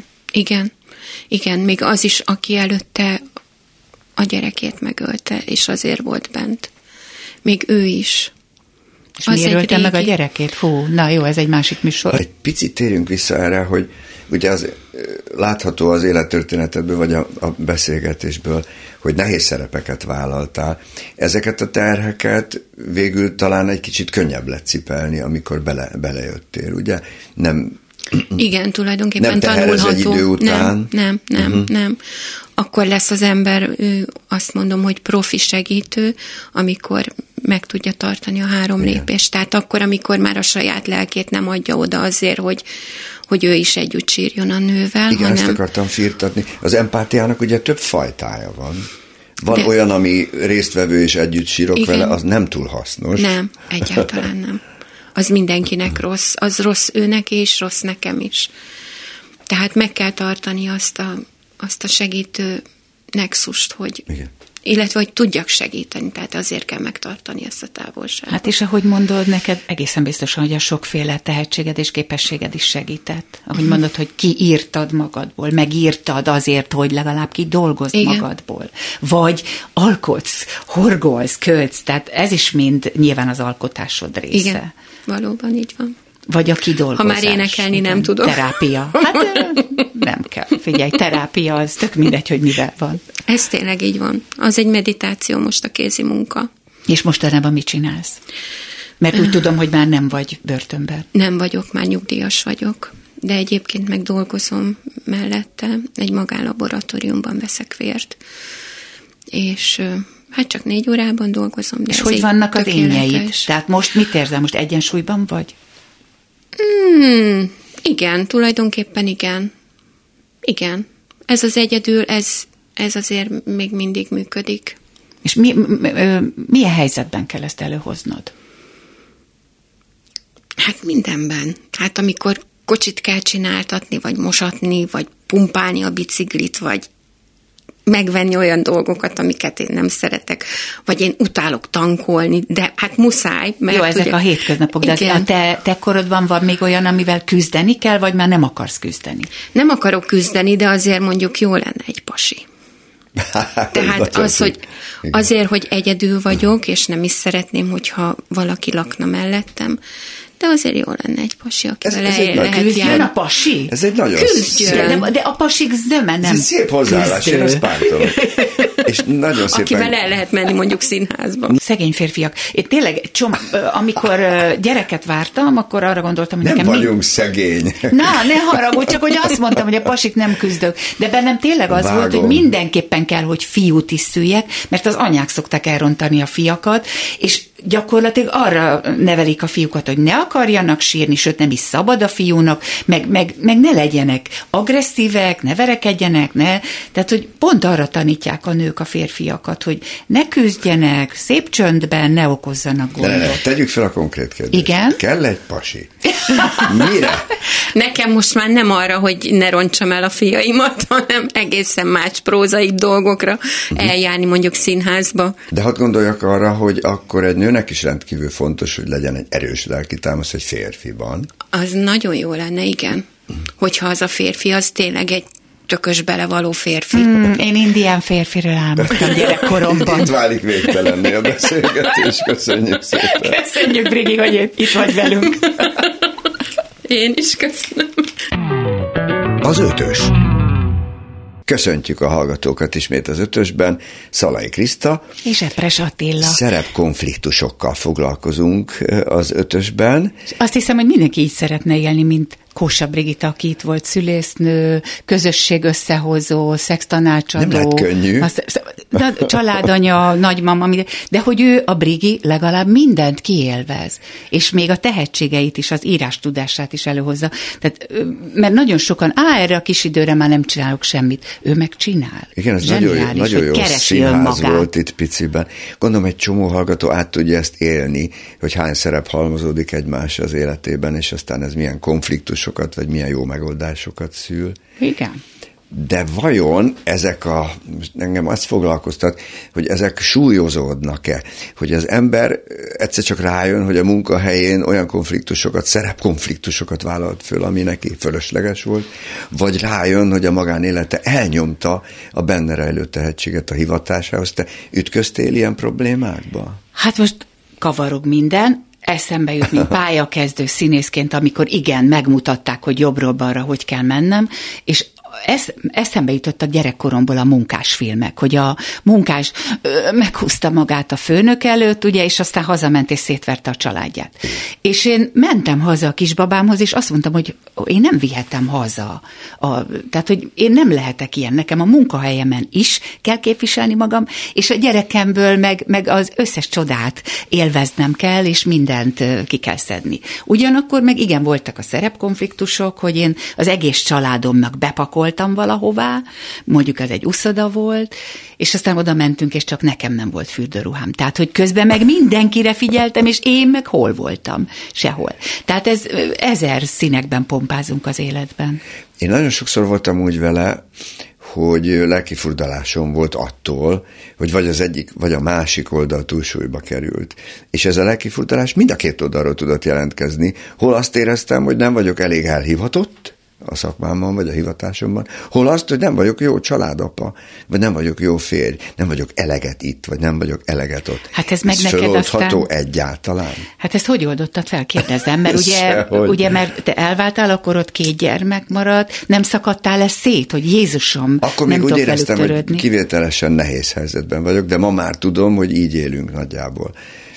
Igen, még az is, aki előtte a gyerekét megölte, és azért volt bent. Még ő is. És miért ölte meg a gyerekét? Fú, na jó, ez egy másik műsor. Egy picit térjünk vissza erre, hogy ugye az látható az élettörténetedből, vagy a beszélgetésből, hogy nehéz szerepeket vállaltál. Ezeket a terheket végül talán egy kicsit könnyebb lett cipelni, amikor belejöttél, ugye? Igen, tulajdonképpen tanulható. Egy idő után. Nem. Akkor lesz az ember, azt mondom, hogy profi segítő, amikor meg tudja tartani a 3 lépést. Tehát akkor, amikor már a saját lelkét nem adja oda azért, hogy ő is együtt sírjon a nővel. Igen, ezt akartam firtatni. Az empátiának ugye több fajtája van. Van olyan, ami résztvevő és együtt sírok vele, az nem túl hasznos. Nem, egyáltalán nem. Az mindenkinek rossz. Az rossz ő neki, és rossz nekem is. Tehát meg kell tartani azt a segítő nexust, hogy illetve, hogy tudjak segíteni, tehát azért kell megtartani ezt a távolságot. Hát és ahogy mondod, neked egészen biztosan, hogy a sokféle tehetséged és képességed is segített. Ahogy mondod, hogy kiírtad magadból, megírtad azért, hogy legalább kidolgozd magadból. Vagy alkotsz, horgolsz, költsz, tehát ez is mind nyilván az alkotásod része. Igen, valóban így van. Vagy a kidolgozás. Ha már énekelni nem tudom. Terápia. Hát nem kell. Figyelj, terápia, az tök mindegy, hogy mivel van. Ez tényleg így van. Az egy meditáció most a kézi munka. És mostanában mit csinálsz? Mert úgy tudom, hogy már nem vagy börtönben. Nem vagyok, már nyugdíjas vagyok. De egyébként meg dolgozom mellette. Egy magánlaboratóriumban veszek vért. És hát csak 4 órában dolgozom. De és hogy vannak az énjeid? Tehát most mit érzel? Most egyensúlyban vagy? Igen, tulajdonképpen igen. Igen. Ez az egyedül, ez azért még mindig működik. És milyen helyzetben kell ezt előhoznod? Hát mindenben. Hát amikor kocsit kell csináltatni, vagy mosatni, vagy pumpálni a biciklit, vagy megvenni olyan dolgokat, amiket én nem szeretek, vagy én utálok tankolni, de hát muszáj. Mert jó, ezek ugye, a hétköznapok, de a te korodban van még olyan, amivel küzdeni kell, vagy már nem akarsz küzdeni? Nem akarok küzdeni, de azért mondjuk jó lenne egy pasi. Tehát az, hogy azért, hogy egyedül vagyok, és nem is szeretném, hogyha valaki lakna mellettem, de azért jó lenne egy pasi, akivel lehet járni. A pasi? Ez egy nagyon szép. De a pasik zöme nem. Ez egy szép hozzáállás, én ezt pártolom. És nagyon szépen... Akivel el lehet menni mondjuk színházba. Szegény férfiak. Én tényleg, amikor gyereket vártam, akkor arra gondoltam, hogy nem vagyunk szegény. Na, ne haragudj, csak hogy azt mondtam, hogy a pasik nem küzdök. De bennem tényleg az volt, hogy mindenképpen kell, hogy fiút is szüljek, mert az anyák szokták elrontani a fiakat, és gyakorlatilag arra nevelik a fiúkat, hogy ne akarjanak sírni, sőt nem is szabad a fiúnak, meg ne legyenek agresszívek, ne verekedjenek, tehát, hogy pont arra tanítják a nők a férfiakat, hogy ne küzdjenek, szép csöndben, ne okozzanak gondot. De tegyük fel a konkrét kérdést. Igen? Kell egy pasi? Mire? Nekem most már nem arra, hogy ne rontsam el a fiaimat, hanem egészen más prózai dolgokra eljárni mondjuk színházba. De hadd gondoljak arra, hogy akkor egy nőnek is rendkívül fontos, hogy legyen egy erős lelkitámasz egy férfiban. Az nagyon jó lenne, igen. Hogyha az a férfi, az tényleg egy tökös belevaló férfi. Én indián férfiről álmodtam gyerekkoromban. Itt válik végtelenné a beszélgetés. Köszönjük szépen. Köszönjük, Brigi, hogy itt vagy velünk. Én is köszönöm. Az Ötös. Köszöntjük a hallgatókat ismét az Ötösben. Szalai Kriszta. És Epres Attila. Szerepkonfliktusokkal foglalkozunk az Ötösben. Azt hiszem, hogy mindenki így szeretne élni, mint Kósa Brigitta, aki itt volt szülésznő, közösség összehozó, szextanácsadó. Nem lett könnyű. Családanya, nagymama, de hogy ő, a Brigi legalább mindent kiélvez, és még a tehetségeit is, az írás tudását is előhozza. Tehát, mert nagyon sokan, erre a kis időre már nem csinálok semmit. Ő meg csinál. Igen, ez nagyon jó színház volt itt piciben. Gondolom, egy csomó hallgató át tudja ezt élni, hogy hány szerep halmozódik egymás az életében, és aztán ez milyen konfliktusokat, vagy milyen jó megoldásokat szül. Igen. De vajon engem azt foglalkoztat, hogy ezek súlyozódnak-e? Hogy az ember egyszer csak rájön, hogy a munkahelyén olyan konfliktusokat, szerepkonfliktusokat vállalt föl, ami neki fölösleges volt, vagy rájön, hogy a magánélete elnyomta a benne rejlő tehetséget a hivatásához. Te ütköztél ilyen problémákba? Hát most kavarog minden. Eszembe jut, mint pályakezdő színészként, amikor igen, megmutatták, hogy jobbról-balra hogy kell mennem, és eszembe jutott a gyerekkoromból a munkásfilmek, hogy a munkás meghúzta magát a főnök előtt, ugye, és aztán hazament és szétverte a családját. És én mentem haza a kisbabámhoz, és azt mondtam, hogy én nem vihetem haza. Tehát, hogy én nem lehetek ilyen. Nekem a munkahelyemen is kell képviselni magam, és a gyerekemből meg az összes csodát élveznem kell, és mindent ki kell szedni. Ugyanakkor meg igen, voltak a szerepkonfliktusok, hogy én az egész családomnak bepakoltam valahová, mondjuk ez egy uszoda volt, és aztán oda mentünk, és csak nekem nem volt fürdőruhám. Tehát, hogy közben meg mindenkire figyeltem, és én meg hol voltam? Sehol. Tehát ez 1000 színekben pompázunk az életben. Én nagyon sokszor voltam úgy vele, hogy lelkifurdalásom volt attól, hogy vagy az egyik, vagy a másik oldal túlsúlyba került. És ez a lelkifurdalás mind a két oldalról tudott jelentkezni. Hol azt éreztem, hogy nem vagyok elég elhivatott a szakmámban, vagy a hivatásomban, hol azt, hogy nem vagyok jó családapa, vagy nem vagyok jó férj, nem vagyok eleget itt, vagy nem vagyok eleget ott. Hát ez meg ez neked feloldható aztán... egyáltalán? Hát ezt hogy oldottad fel? Kérdezem, mert ugye, mert te elváltál, akkor ott 2 gyermek maradt, nem szakadtál szét, hogy Jézusom, akkor nem még úgy éreztem, törődni. hogy kivételesen nehéz helyzetben vagyok, de ma már tudom, hogy így élünk nagyjából.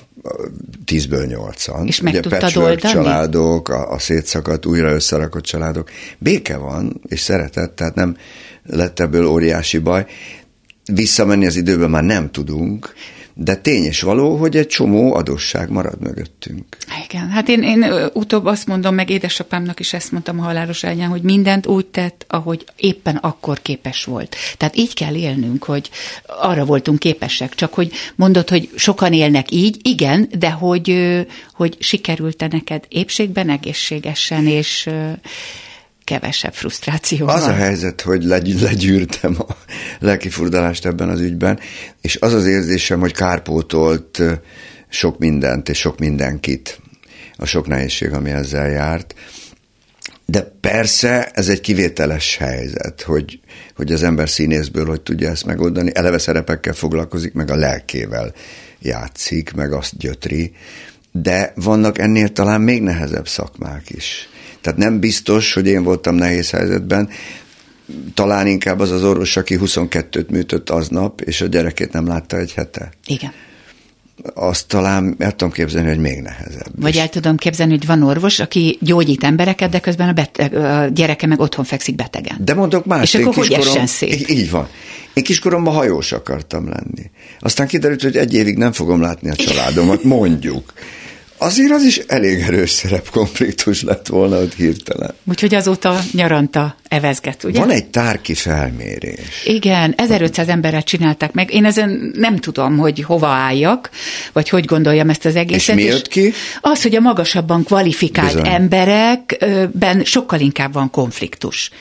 10-ből 8-an. És meg tudtad oldani? Családok, a szétszakadt, újra összerakott családok. Béke van, és szeretet, tehát nem lett ebből óriási baj. Visszamenni az időben már nem tudunk, de tény és való, hogy egy csomó adósság marad mögöttünk. Igen, hát én utóbb azt mondom, meg édesapámnak is ezt mondtam a halálos ágyán, hogy mindent úgy tett, ahogy éppen akkor képes volt. Tehát így kell élnünk, hogy arra voltunk képesek, csak hogy mondod, hogy sokan élnek így, igen, de hogy sikerült-e neked épségben, egészségesen, és kevesebb frusztrációval. Az a helyzet, hogy legyűrtem a lelkifurdalást ebben az ügyben, és az az érzésem, hogy kárpótolt sok mindent és sok mindenkit, a sok nehézség, ami ezzel járt. De persze ez egy kivételes helyzet, hogy az ember színészből hogy tudja ezt megoldani. Eleve szerepekkel foglalkozik, meg a lelkével játszik, meg azt gyötri, de vannak ennél talán még nehezebb szakmák is. Tehát nem biztos, hogy én voltam nehéz helyzetben, talán inkább az orvos, aki 22-t műtött aznap, és a gyerekét nem látta egy hete. Igen. azt talán el tudom képzelni, hogy még nehezebb. Vagy el tudom képzelni, hogy van orvos, aki gyógyít embereket, de közben a gyereke meg otthon fekszik betegen. De mondok más. És akkor hogy essen szét? Így van. Én kiskoromban hajós akartam lenni. Aztán kiderült, hogy 1 évig nem fogom látni a családomat, mondjuk. Azért az is elég erős szerepkonfliktus lett volna ott hirtelen. Úgyhogy azóta nyaranta evezget, ugye? Van egy tárki felmérés. Igen, 1500 emberrel csinálták meg. Én ezen nem tudom, hogy hova álljak, vagy hogy gondoljam ezt az egészet. És mi jött ki? Az, hogy a magasabban kvalifikált emberekben sokkal inkább van konfliktus.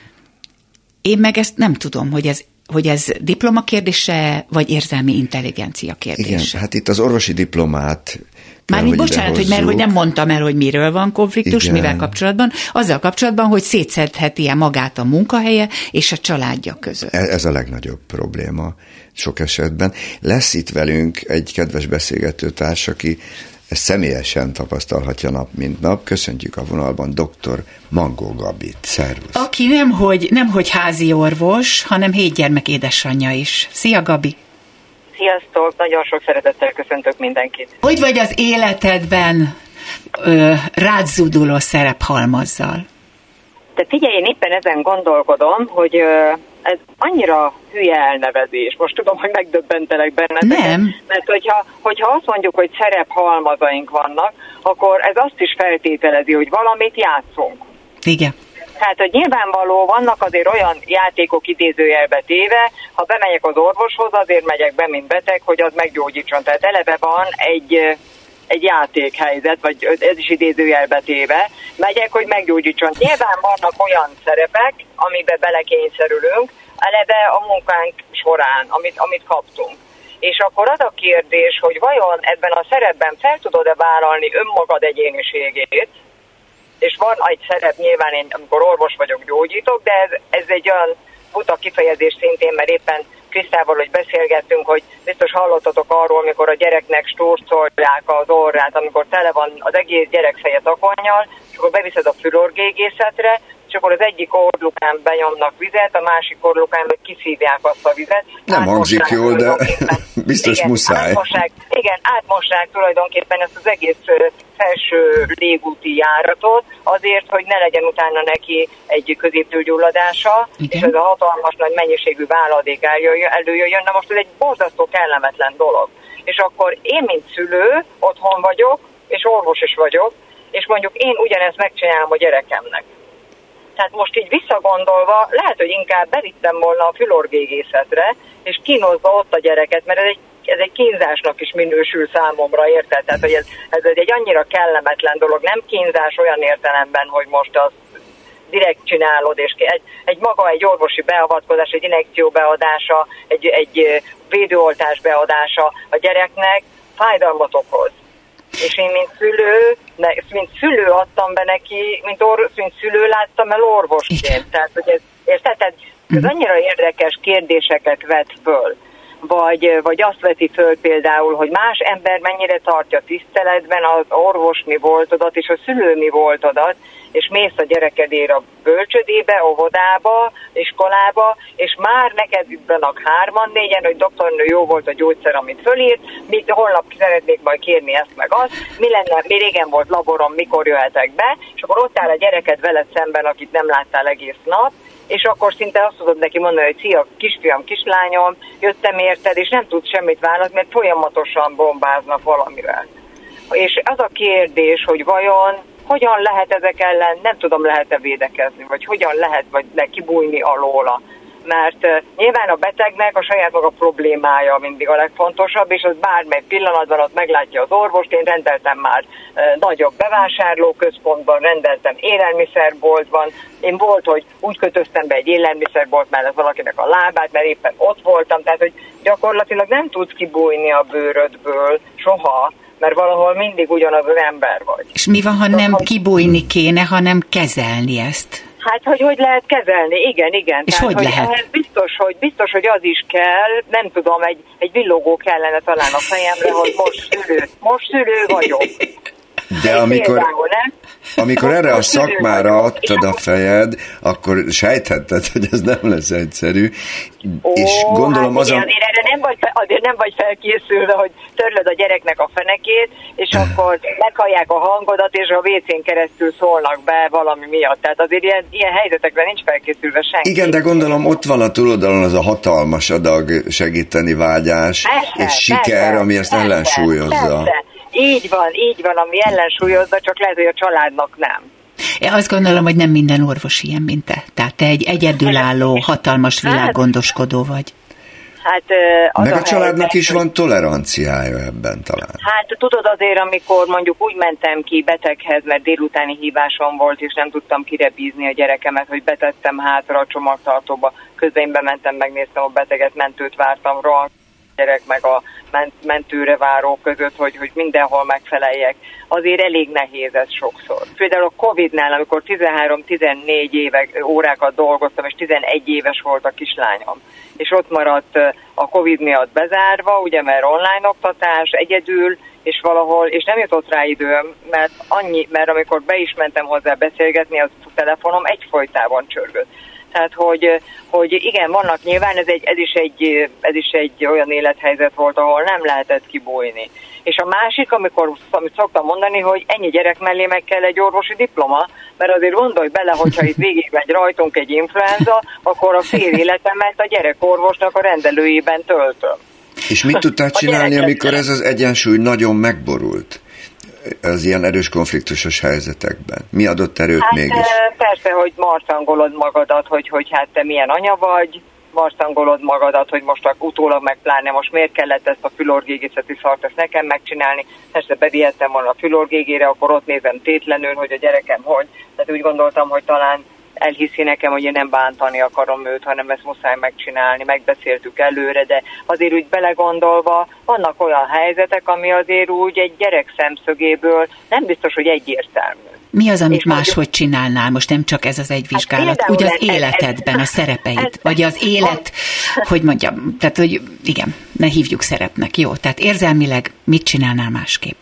Én meg ezt nem tudom, hogy ez diploma kérdése, vagy érzelmi intelligencia kérdése. Igen, hát itt az orvosi diplomát Mármint bocsánat, hogy nem mondtam el, hogy miről van konfliktus, igen. Mivel kapcsolatban. Azzal kapcsolatban, hogy szétszedheti-e magát a munkahelye és a családja között. Ez a legnagyobb probléma sok esetben. Lesz itt velünk egy kedves beszélgetőtárs, aki ezt személyesen tapasztalhatja nap mint nap. Köszöntjük a vonalban dr. Mangó Gabit. Szervusz! Aki nemhogy házi orvos, hanem 7 gyermek édesanyja is. Szia, Gabi! Sziasztok! Nagyon sok szeretettel köszöntök mindenkit. Hogy vagy az életedben rád zúduló szerephalmazzal? Te figyelj, én éppen ezen gondolkodom, hogy ez annyira hülye elnevezés. Most tudom, hogy megdöbbentelek benneteket. Nem. Mert hogyha azt mondjuk, hogy szerephalmazaink vannak, akkor ez azt is feltételezi, hogy valamit játszunk. Igen. Tehát, hogy nyilvánvaló vannak azért olyan játékok idézőjelbe téve, ha bemegyek az orvoshoz, azért megyek be, mint beteg, hogy az meggyógyítson. Tehát eleve van egy játékhelyzet, vagy ez is idézőjelbe téve, megyek, hogy meggyógyítson. Nyilván vannak olyan szerepek, amiben belekényszerülünk, eleve a munkánk során, amit kaptunk. És akkor az a kérdés, hogy vajon ebben a szerepben fel tudod-e vállalni önmagad egyéniségét, és van egy szerep, nyilván én, amikor orvos vagyok, gyógyítok, de ez egy olyan buta kifejezés szintén, mert éppen Krisztával, hogy beszélgettünk, hogy biztos hallottatok arról, amikor a gyereknek sturcolják az orrát, amikor tele van az egész gyerek feje takonnyal, és akkor beviszed a fülorgégészetre, és akkor az egyik orrukán benyomnak vizet, a másik orrukán meg kiszívják azt a vizet. Nem hangzik jól, de biztos igen, muszáj. Átmossák tulajdonképpen ezt az egész felső légúti járatot, azért, hogy ne legyen utána neki egy középtőgyulladása, és ez a hatalmas nagy mennyiségű váladék előjöjjön. Na most ez egy borzasztó kellemetlen dolog. És akkor én, mint szülő, otthon vagyok, és orvos is vagyok, és mondjuk én ugyanezt megcsinálom a gyerekemnek. Tehát most így visszagondolva, lehet, hogy inkább bevittem volna a fülorgégészetre, és kínozva ott a gyereket, mert ez egy kínzásnak is minősül számomra, érted? Tehát, hogy ez egy annyira kellemetlen dolog, nem kínzás olyan értelemben, hogy most azt direkt csinálod, és egy orvosi beavatkozás, egy injekció beadása, egy védőoltás beadása a gyereknek fájdalmat okoz. És én, mint szülő adtam be neki, mint szülő láttam el orvosként. Tehát, hogy ez annyira érdekes kérdéseket vet föl. Vagy azt veti föl például, hogy más ember mennyire tartja tiszteletben az orvos mi voltodat, és a szülő mi voltodat, és mész a gyerekedért a bölcsödébe, óvodába, iskolába, és már neked vannak 3-4-en, hogy doktornő, jó volt a gyógyszer, amit fölírt, holnap szeretnék majd kérni ezt meg azt, mi lenne, mi régen volt laborom, mikor jöhetek be, és akkor ott áll a gyereked veled szemben, akit nem láttál egész nap, és akkor szinte azt tudod neki mondani, hogy szia, kisfiam, kislányom, jöttem érted, és nem tudsz semmit válaszolni, mert folyamatosan bombáznak valamivel. És az a kérdés, hogy vajon hogyan lehet ezek ellen, nem tudom, lehet-e védekezni, vagy hogyan lehet vagy kibújni alóla. Mert nyilván a betegnek a saját maga problémája mindig a legfontosabb, és az bármely pillanatban ott meglátja az orvost. Én rendeltem már nagyobb bevásárlóközpontban, rendeltem élelmiszerboltban. Én volt, hogy úgy kötöztem be egy élelmiszerbolt mellett valakinek a lábát, mert éppen ott voltam. Tehát, hogy gyakorlatilag nem tudsz kibújni a bőrödből soha, mert valahol mindig ugyanaz az ember vagy. És mi van, ha nem kibújni kéne, hanem kezelni ezt? Hát, hogy lehet kezelni? Igen. És tehát, hogy lehet? Biztos, hogy az is kell, nem tudom, egy villogó kellene talán a fejemre, hogy most szülő vagyok. De amikor erre a szakmára adtad a fejed, akkor sejthetted, hogy ez nem lesz egyszerű. És gondolom én erre nem azért nem vagy felkészülve, hogy törlöd a gyereknek a fenekét, és akkor meghallják a hangodat, és a WC-n keresztül szólnak be valami miatt. Tehát azért ilyen helyzetekben nincs felkészülve senki. Igen, de gondolom ott van a túloldalon az a hatalmas adag segíteni vágyás, és siker, ami ezt ellensúlyozza. Persze. Így van, ami ellensúlyozza, csak lehet, hogy a családnak nem. Én azt gondolom, hogy nem minden orvos ilyen, mint te. Tehát te egy egyedülálló, hatalmas világgondoskodó vagy. Hát, meg a családnak is van toleranciája ebben talán. Hát tudod, azért, amikor mondjuk úgy mentem ki beteghez, mert délutáni hívásom volt, és nem tudtam kire bízni a gyerekemet, hogy betettem hátra a csomagtartóba, közben én bementem, megnéztem a beteget, mentőt vártam, rohan gyerek meg a mentőre váró között, hogy mindenhol megfeleljek. Azért elég nehéz ez sokszor. Például a Covid-nál, amikor 13-14 órákat dolgoztam, és 11 éves volt a kislányom, és ott maradt a Covid miatt bezárva, ugye, mert online oktatás, egyedül, és valahol, és nem jutott rá időm, mert amikor be is mentem hozzá beszélgetni, az a telefonom egyfolytában csörgött. Tehát, hogy igen, vannak nyilván, ez is egy olyan élethelyzet volt, ahol nem lehetett kibújni. És a másik, amit szoktam mondani, hogy ennyi gyerek mellé meg kell egy orvosi diploma, mert azért gondolj bele, hogyha itt végigmegy rajtunk egy influenza, akkor a fél életemet a gyerekorvosnak a rendelőjében töltöm. És mit tudtál csinálni, amikor ez az egyensúly nagyon megborult? Az ilyen erős konfliktusos helyzetekben. Mi adott erőt mégis? Persze, hogy marcangolod magadat, hogy hát te milyen anya vagy, marcangolod magadat, hogy most utólag meg pláne most miért kellett ezt a fülorgégészeti szart ezt nekem megcsinálni. Persze bevihettem volna a fülorgégére, akkor ott nézem tétlenül, hogy a gyerekem hogy. Tehát úgy gondoltam, hogy talán elhiszi nekem, hogy én nem bántani akarom őt, hanem ezt muszáj megcsinálni, megbeszéltük előre, de azért úgy belegondolva vannak olyan helyzetek, ami azért úgy egy gyerek szemszögéből nem biztos, hogy egyértelmű. Mi az, amit máshogy csinálnál? Most nem csak ez az egy vizsgálat, hát úgy az életedben, a szerepeid, vagy az élet, hogy mondjam, tehát, hogy igen, ne hívjuk szerepnek, jó? Tehát érzelmileg mit csinálnál másképp?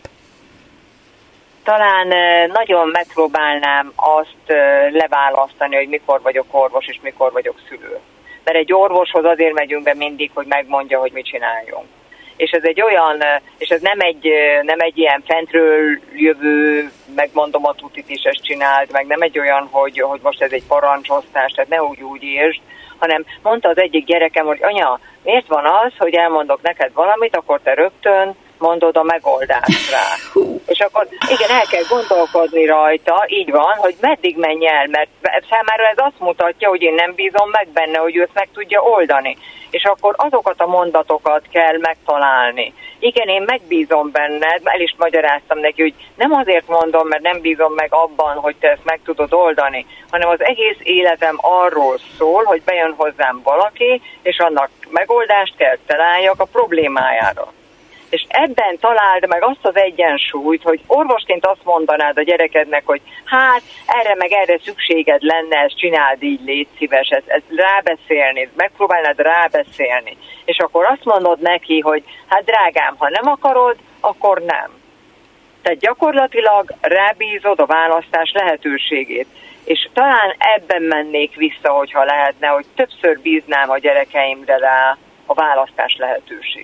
Talán nagyon megpróbálnám azt leválasztani, hogy mikor vagyok orvos és mikor vagyok szülő. Mert egy orvoshoz azért megyünk be mindig, hogy megmondja, hogy mit csináljunk. És ez egy olyan, és ez nem egy ilyen fentről jövő, megmondom a tutit is ezt csináld, meg nem egy olyan, hogy most ez egy parancsosztás, tehát ne úgy értsd, hanem mondta az egyik gyerekem, hogy anya, miért van az, hogy elmondok neked valamit, akkor te rögtön mondod a megoldást rá. És akkor igen, el kell gondolkodni rajta, így van, hogy meddig menj el, mert számára ez azt mutatja, hogy én nem bízom meg benne, hogy ő ezt meg tudja oldani. És akkor azokat a mondatokat kell megtalálni. Igen, én megbízom benned, el is magyaráztam neki, hogy nem azért mondom, mert nem bízom meg abban, hogy te ezt meg tudod oldani, hanem az egész életem arról szól, hogy bejön hozzám valaki, és annak megoldást kell találjak a problémájára. És ebben találd meg azt az egyensúlyt, hogy orvosként azt mondanád a gyerekednek, hogy hát erre meg erre szükséged lenne, ezt csináld így, légy szíves, ezt rábeszélni, megpróbálnád rábeszélni. És akkor azt mondod neki, hogy hát drágám, ha nem akarod, akkor nem. Tehát gyakorlatilag rábízod a választás lehetőségét. És talán ebben mennék vissza, hogyha lehetne, hogy többször bíznám a gyerekeimre rá a választás lehetőségét.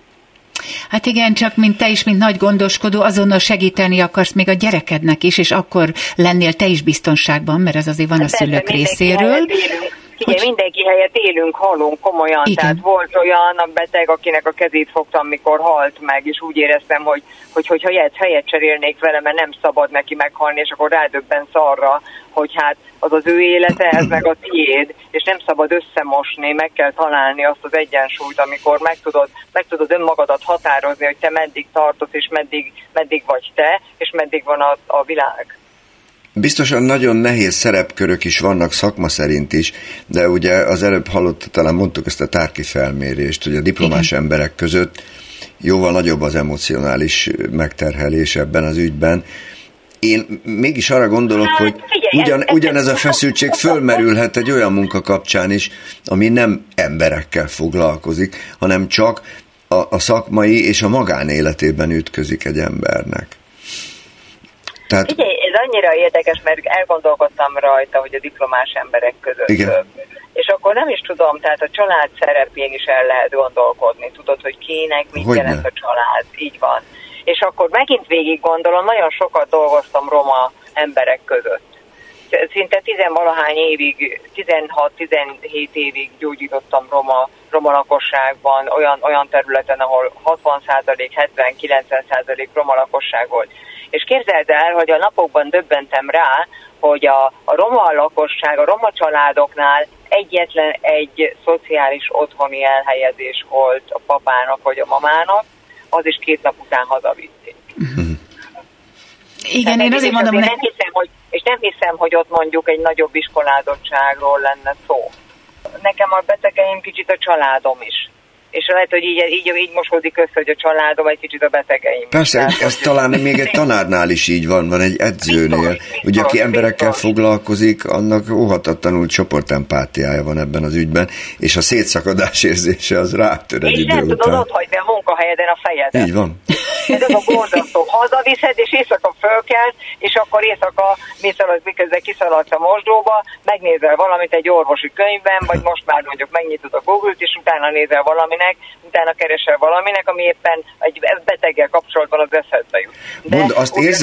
Hát igen, csak mint te is, mint nagy gondoskodó, azonnal segíteni akarsz még a gyerekednek is, és akkor lennél te is biztonságban, mert ez azért van a szülők részéről. Igen, mindenki helyett élünk, halunk komolyan. Igen. Tehát volt olyan a beteg, akinek a kezét fogtam, mikor halt meg, és úgy éreztem, hogy helyet cserélnék vele, mert nem szabad neki meghalni, és akkor rádöbbensz arra, hogy hát az az ő élete, ez meg a tiéd, és nem szabad összemosni, meg kell találni azt az egyensúlyt, amikor meg tudod önmagadat határozni, hogy te meddig tartasz, és meddig vagy te, és meddig van a világ. Biztosan nagyon nehéz szerepkörök is vannak szakma szerint is, de ugye az előbb talán mondtuk ezt a Tárki felmérést, hogy a diplomás emberek között jóval nagyobb az emocionális megterhelés ebben az ügyben. Én mégis arra gondolok, hogy ugyanez a feszültség fölmerülhet egy olyan munka kapcsán is, ami nem emberekkel foglalkozik, hanem csak a szakmai és a magánéletében ütközik egy embernek. Tehát... Figyelj, ez annyira érdekes, mert elgondolkodtam rajta, hogy a diplomás emberek között. Igen. és akkor nem is tudom, tehát a család szerepén is el lehet gondolkodni. Tudod, hogy kinek mit jelent a család, így van. És akkor megint végig gondolom, nagyon sokat dolgoztam roma emberek között. Szinte 10-valahány évig, 16-17 évig gyógyítottam roma lakosságban, olyan területen, ahol 60%, 70-90% roma lakosság volt. És képzeld el, hogy a napokban döbbentem rá, hogy a roma lakosság, a roma családoknál egyetlen egy szociális otthoni elhelyezés volt a papának vagy a mamának, az is 2 nap után hazavitték. Igen, én azért mondom, nem hiszem, hogy ott mondjuk egy nagyobb iskolázottságról lenne szó. Nekem a betegeim kicsit a családom is. És lehet, hogy így mosódik össze, hogy a családom egy kicsit a betegeim. Persze, ez talán még egy tanárnál is így van egy edzőnél. Ugye, aki emberekkel foglalkozik, annak óhatatlanul csoportempátiája van ebben az ügyben, és a szétszakadás érzése az rátör egy idő után. És nem tudod otthagyni a munkahelyeden a fejedet. Így van. Ez az a borzasztó. Hazaviszed, és éjszaka fölkelt, és akkor éjszaka, miközben kiszaladsz a mosdóba, megnézel valamit egy orvosi könyvben, vagy most már mondjuk megnyitod a Google-t, és utána nézel valaminek, utána keresel valaminek, ami éppen egy beteggel kapcsolatban az eszedbe jut. Mondd,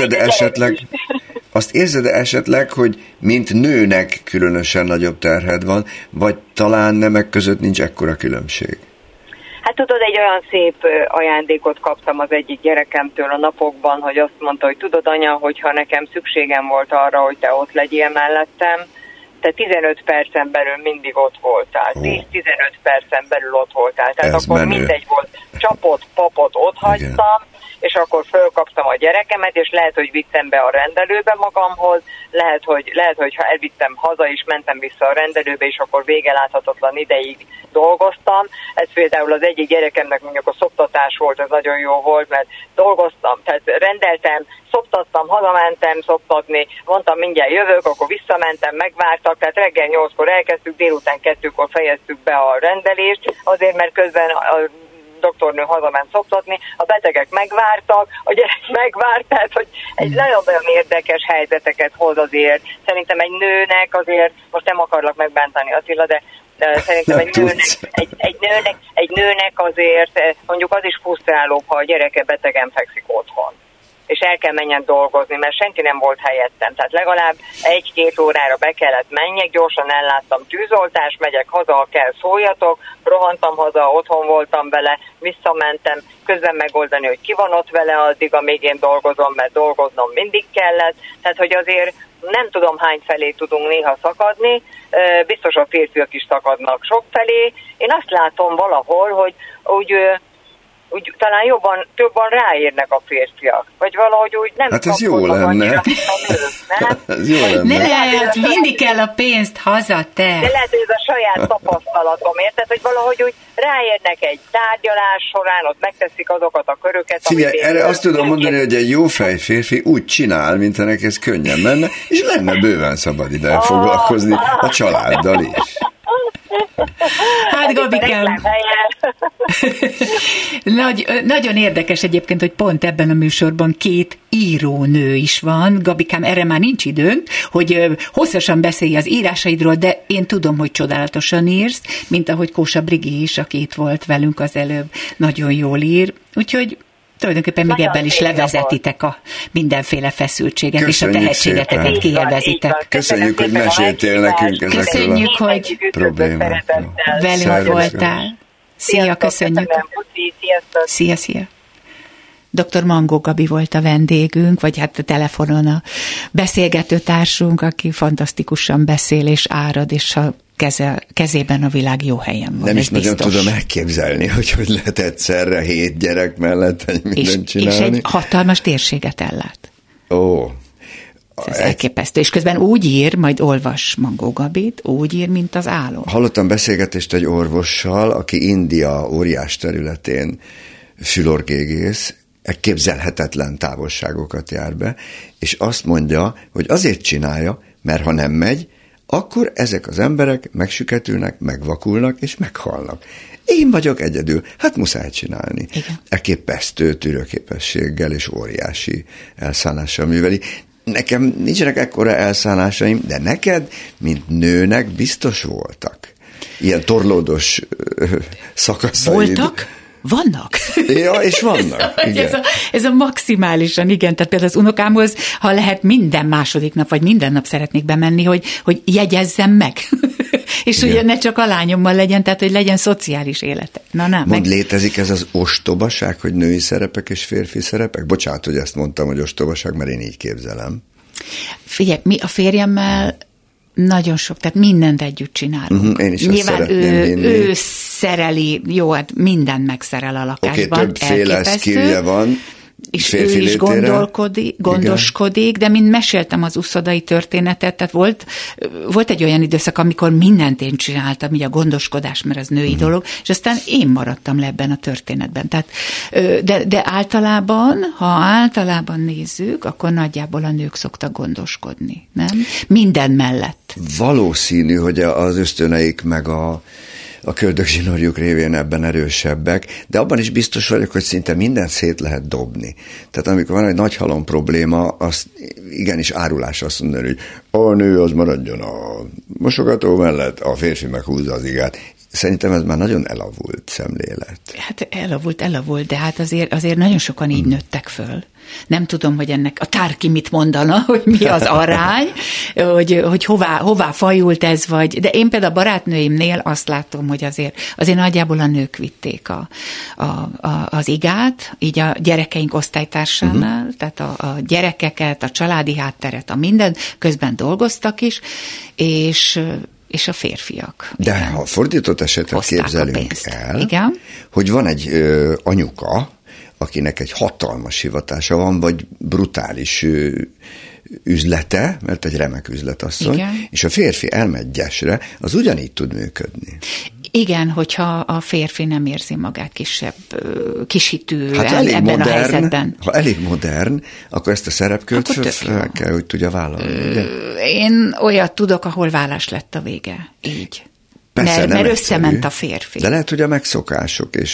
azt érzed esetleg, hogy mint nőnek különösen nagyobb terhed van, vagy talán nemek között nincs ekkora különbség? Hát tudod, egy olyan szép ajándékot kaptam az egyik gyerekemtől a napokban, hogy azt mondta, hogy tudod, anya, hogyha nekem szükségem volt arra, hogy te ott legyél mellettem, te 15 percen belül mindig ott voltál. 10-15 percen belül ott voltál. Tehát ez akkor menő. Mindegy volt. Csapot, papot ott hagytam, és akkor fölkaptam a gyerekemet, és lehet, hogy vittem be a rendelőbe magamhoz, lehet, hogy ha elvittem haza, és mentem vissza a rendelőbe, és akkor végeláthatatlan ideig dolgoztam. Ez például az egyik gyerekemnek mondjuk a szoptatás volt, ez nagyon jó volt, mert dolgoztam, tehát rendeltem, szoptattam, hazamentem szoptatni, mondtam, mindjárt jövök, akkor visszamentem, megvártak, tehát reggel 8-kor elkezdtük, délután 2-kor fejeztük be a rendelést, azért, mert közben a doktornő hazament szoptatni, a betegek megvártak, a gyerek megvárt, tehát hogy egy nagyon-nagyon érdekes helyzeteket hoz azért. Szerintem egy nőnek azért, most nem akarlak megbántani Attila, de szerintem egy nőnek azért mondjuk az is frusztrálóbb, ha a gyereke betegen fekszik otthon, és el kell menjen dolgozni, mert senki nem volt helyettem. Tehát legalább 1-2 órára be kellett menjek, gyorsan elláttam tűzoltás, megyek haza, ha kell, szóljatok, rohantam haza, otthon voltam vele, visszamentem, közben megoldani, hogy ki van ott vele addig, amíg én dolgozom, mert dolgoznom mindig kellett. Tehát, hogy azért nem tudom, hány felé tudunk néha szakadni, biztos a férfiak is szakadnak sok felé. Én azt látom valahol, hogy úgy talán jobban ráérnek a férfiak. Vagy valahogy úgy nem hát ez jó lenne. Ez jó lenne. Ne, vinni kell a pénzt haza, te. De lehet, hogy ez a saját tapasztalatom, érted? Hogy valahogy úgy ráérnek egy tárgyalás során, ott megteszik azokat a köröket, Figyelj, erre azt tudom mondani, hogy egy jó fej férfi úgy csinál, mintha neki ez könnyen menne, és lenne bőven szabad ide foglalkozni a családdal is. Hát Gabikám, nagyon érdekes egyébként, hogy pont ebben a műsorban 2 írónő is van. Gabikám, erre már nincs időnk, hogy hosszasan beszélj az írásaidról, de én tudom, hogy csodálatosan írsz, mint ahogy Kósa Brigi is, aki itt volt velünk az előbb, nagyon jól ír. Úgyhogy tulajdonképpen még ebben is levezetitek a mindenféle feszültséget, köszönjük, és a tehetségeteket kielvezitek. Köszönjük, hogy meséltél nekünk ezekről köszönjük, hogy problémákról. Velünk voltál. Szia, köszönjük. Szia. Dr. Mangó Gabi volt a vendégünk, vagy hát a telefonon a beszélgetőtársunk, aki fantasztikusan beszél és árad, és a kezében a világ jó helyen van. Nem is nagyon tudom elképzelni, hogy lehet egyszerre 7 gyerek mellett mindent csinálni. És egy hatalmas térséget ellát. Ó. Ez elképesztő. És közben úgy ír, majd olvas Mangó Gabit, úgy ír, mint az álom. Hallottam beszélgetést egy orvossal, aki India óriás területén fülorgégész, elképzelhetetlen távolságokat jár be, és azt mondja, hogy azért csinálja, mert ha nem megy, akkor ezek az emberek megsüketülnek, megvakulnak és meghalnak. Én vagyok egyedül, hát muszáj csinálni. Elképesztő tűrőképességgel és óriási elszánással műveli. Nekem nincsenek ekkora elszánásaim, de neked, mint nőnek biztos voltak. ilyen torlódos szakaszaid. Voltak? Vannak. Ja, és vannak. Igen. Ez a maximálisan, igen. Tehát például az unokámhoz, ha lehet, minden második nap, vagy minden nap szeretnék bemenni, hogy jegyezzem meg. És igen. Ugye ne csak a lányommal legyen, tehát hogy legyen szociális élete. Létezik ez az ostobaság, hogy női szerepek és férfi szerepek? Bocsánat, hogy ezt mondtam, hogy ostobaság, mert én így képzelem. Figyelj, mi a férjemmel nagyon sok, tehát mindent együtt csinálunk. Én is nyilván ő szereli, jó, hát mindent megszerel a lakásban. Oké, többféle skillje van. És ő is gondoskodik, de mint meséltem az uszodai történetet, tehát volt egy olyan időszak, amikor mindent én csináltam, így a gondoskodás, mert az női dolog, és aztán én maradtam le ebben a történetben. Tehát, de általában, ha általában nézzük, akkor nagyjából a nők szoktak gondoskodni, nem? Minden mellett. Valószínű, hogy az ösztöneik meg a köldögzsinórjuk révén ebben erősebbek, de abban is biztos vagyok, hogy szinte mindent szét lehet dobni. Tehát amikor van egy nagy halom probléma, az igenis árulás azt mondani, hogy a nő az maradjon a mosogató mellett, a férfi meghúzza az igát. Szerintem ez már nagyon elavult szemlélet. Hát elavult, de hát azért nagyon sokan így nőttek föl. Nem tudom, hogy ennek a Tárki mit mondana, hogy mi az arány, hogy hová fajult ez, de én például a barátnőimnél azt látom, hogy azért nagyjából a nők vitték az igát, így a gyerekeink osztálytársánál, tehát a gyerekeket, a családi hátteret, a minden, közben dolgoztak is, és a férfiak. De igen. Ha fordított esetet képzelünk el, igen. Hogy van egy anyuka, akinek egy hatalmas hivatása van, vagy brutális üzlete, mert egy remek üzletasszony, igen. És a férfi elmegy gyesre, az ugyanígy tud működni. Igen, hogyha a férfi nem érzi magát kisítően ebben a helyzetben. Ha elég modern, akkor ezt a szerepkört fel kell, hogy tudja vállalni. Ugye? Én olyat tudok, ahol vállás lett a vége. Így. Persze, mert összement a férfi. De lehet, hogy a megszokások és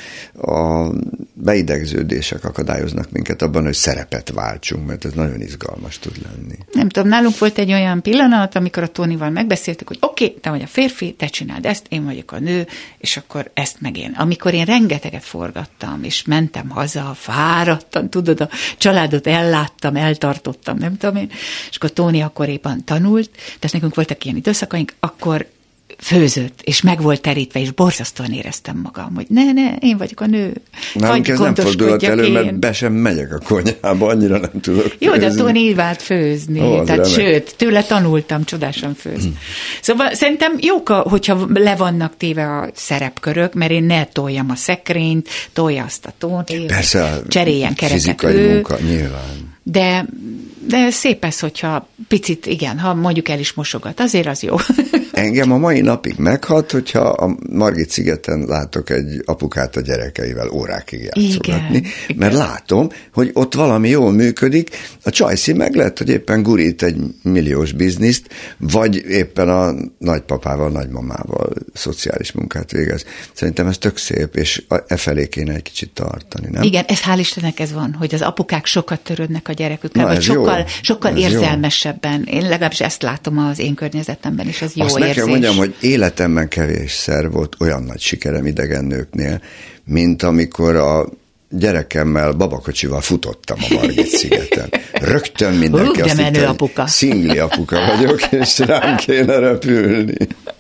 a beidegződések akadályoznak minket abban, hogy szerepet váltsunk, mert ez nagyon izgalmas tud lenni. Nem tudom, nálunk volt egy olyan pillanat, amikor a Tónival megbeszéltük, hogy oké, te vagy a férfi, te csináld ezt, én vagyok a nő, és akkor ezt meg én. Amikor én rengeteget forgattam, és mentem haza, fáradtam, tudod, a családot elláttam, eltartottam, nem tudom én, és akkor Tóni akkor éppen tanult, tehát nekünk voltak ilyen időszakaink, akkor főzött, és meg volt terítve, és borzasztóan éreztem magam, hogy ne, én vagyok a nő. Nálunk ez nem fordulhat elő, mert be sem megyek a konyhába, annyira nem tudok főzni. Jó, de Tóni így vált főzni. Tehát sőt, tőle tanultam csodásan főzni. Szóval szerintem jók, hogyha le vannak téve a szerepkörök, mert én ne toljam a szekrényt, tolja azt a Tóni, cseréljen kereket fizikai ő. Munka, nyilván. De szép ez, hogyha picit, igen, ha mondjuk el is mosogat, azért az jó. Engem a mai napig meghat, hogyha a Margit-szigeten látok egy apukát a gyerekeivel órákig játszogatni, igen. Mert látom, hogy ott valami jól működik, a csajszi meg lehet, hogy éppen gurít egy milliós bizniszt, vagy éppen a nagypapával, nagymamával szociális munkát végez. Szerintem ez tök szép, és felé kéne egy kicsit tartani, nem? Igen, ez hál' Istennek ez van, hogy az apukák sokat törődnek a gyerekükkel, vagy sokkal érzelmesebben. Én legalábbis ezt látom az én környezetemben is, az jó érzés. Azt meg kell mondjam, hogy életemben kevésszer volt olyan nagy sikerem idegen nőknél, mint amikor a gyerekemmel babakocsival futottam a Margit-szigeten. Rögtön mindenki azt hitte, hogy szingli apuka vagyok, és rám kéne repülni.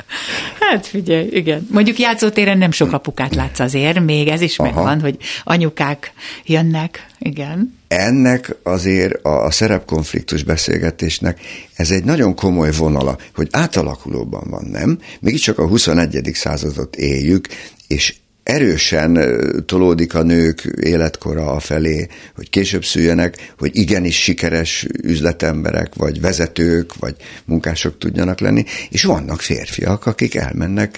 Hát figyelj, igen. Mondjuk játszótéren nem sok apukát látsz azért, még ez is megvan, hogy anyukák jönnek, igen. Ennek azért a szerepkonfliktus beszélgetésnek ez egy nagyon komoly vonala, hogy átalakulóban van, nem? Mégiscsak a 21. századot éljük, és erősen tolódik a nők életkora afelé, hogy később szüljenek, hogy igenis sikeres üzletemberek, vagy vezetők, vagy munkások tudjanak lenni, és vannak férfiak, akik elmennek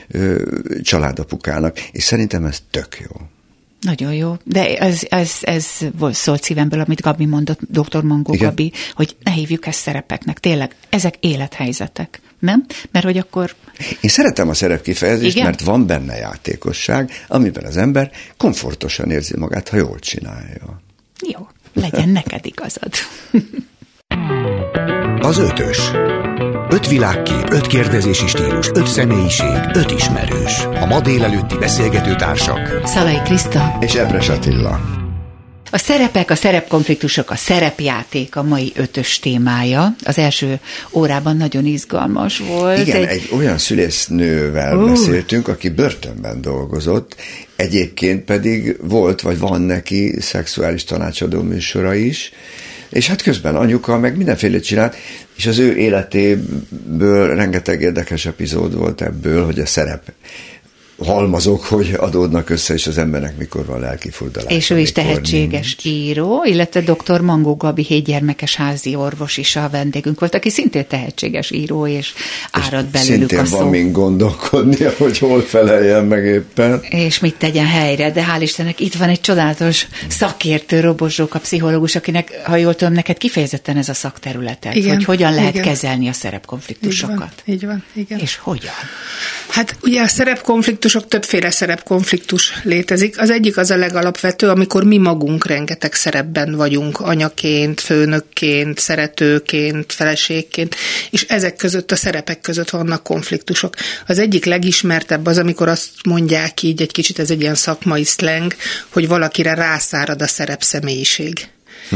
családapukának, és szerintem ez tök jó. Nagyon jó, de ez volt szólt szívemből, amit Gabi mondott, dr. Mangó Gabi, hogy ne hívjuk ezt szerepeknek. Tényleg, ezek élethelyzetek, nem? Mert hogy akkor... Én szeretem a szerepkifejezést, mert van benne játékosság, amiben az ember komfortosan érzi magát, ha jól csinálja. Jó, legyen neked igazad. Az 5-ös. 5 világkép, 5 kérdezési stílus, 5 személyiség, 5 ismerős. A ma délelőtti beszélgető társak Szalai Kriszta és Epres Attila. A szerepek, a szerepkonfliktusok, a szerepjáték a mai 5-ös témája. Az első órában nagyon izgalmas volt. Igen, egy olyan szülésznővel beszéltünk, aki börtönben dolgozott, egyébként pedig volt, vagy van neki szexuális tanácsadó műsora is, és hát közben anyuka meg mindenféle csinált, és az ő életéből rengeteg érdekes epizód volt ebből, hogy a szerep halmazok, hogy adódnak össze, és az embernek mikor van lelki furdalás. És ő is tehetséges író, illetve dr. Mangó Gabi 7 gyermekes házi orvos is a vendégünk volt, aki szintén tehetséges író, és árad belőlük a szó. Szintén van mind gondolkodnia, hogy hol feleljen meg éppen. És mit tegyen helyre, de hál' Istennek itt van egy csodálatos szakértő, Robos Zsóka pszichológus, akinek, ha jól tudom, neked kifejezetten ez a szakterületet, igen, hogy hogyan lehet kezelni a szerepkonfliktusokat. Így van, igen. És hogyan? Hát ugye a szerepkonfliktusok, többféle szerepkonfliktus létezik. Az egyik az a legalapvető, amikor mi magunk rengeteg szerepben vagyunk, anyaként, főnökként, szeretőként, feleségként, és ezek között, a szerepek között vannak konfliktusok. Az egyik legismertebb az, amikor azt mondják így, egy kicsit ez egy ilyen szakmai szleng, hogy valakire rászárad a szerepszemélyiség.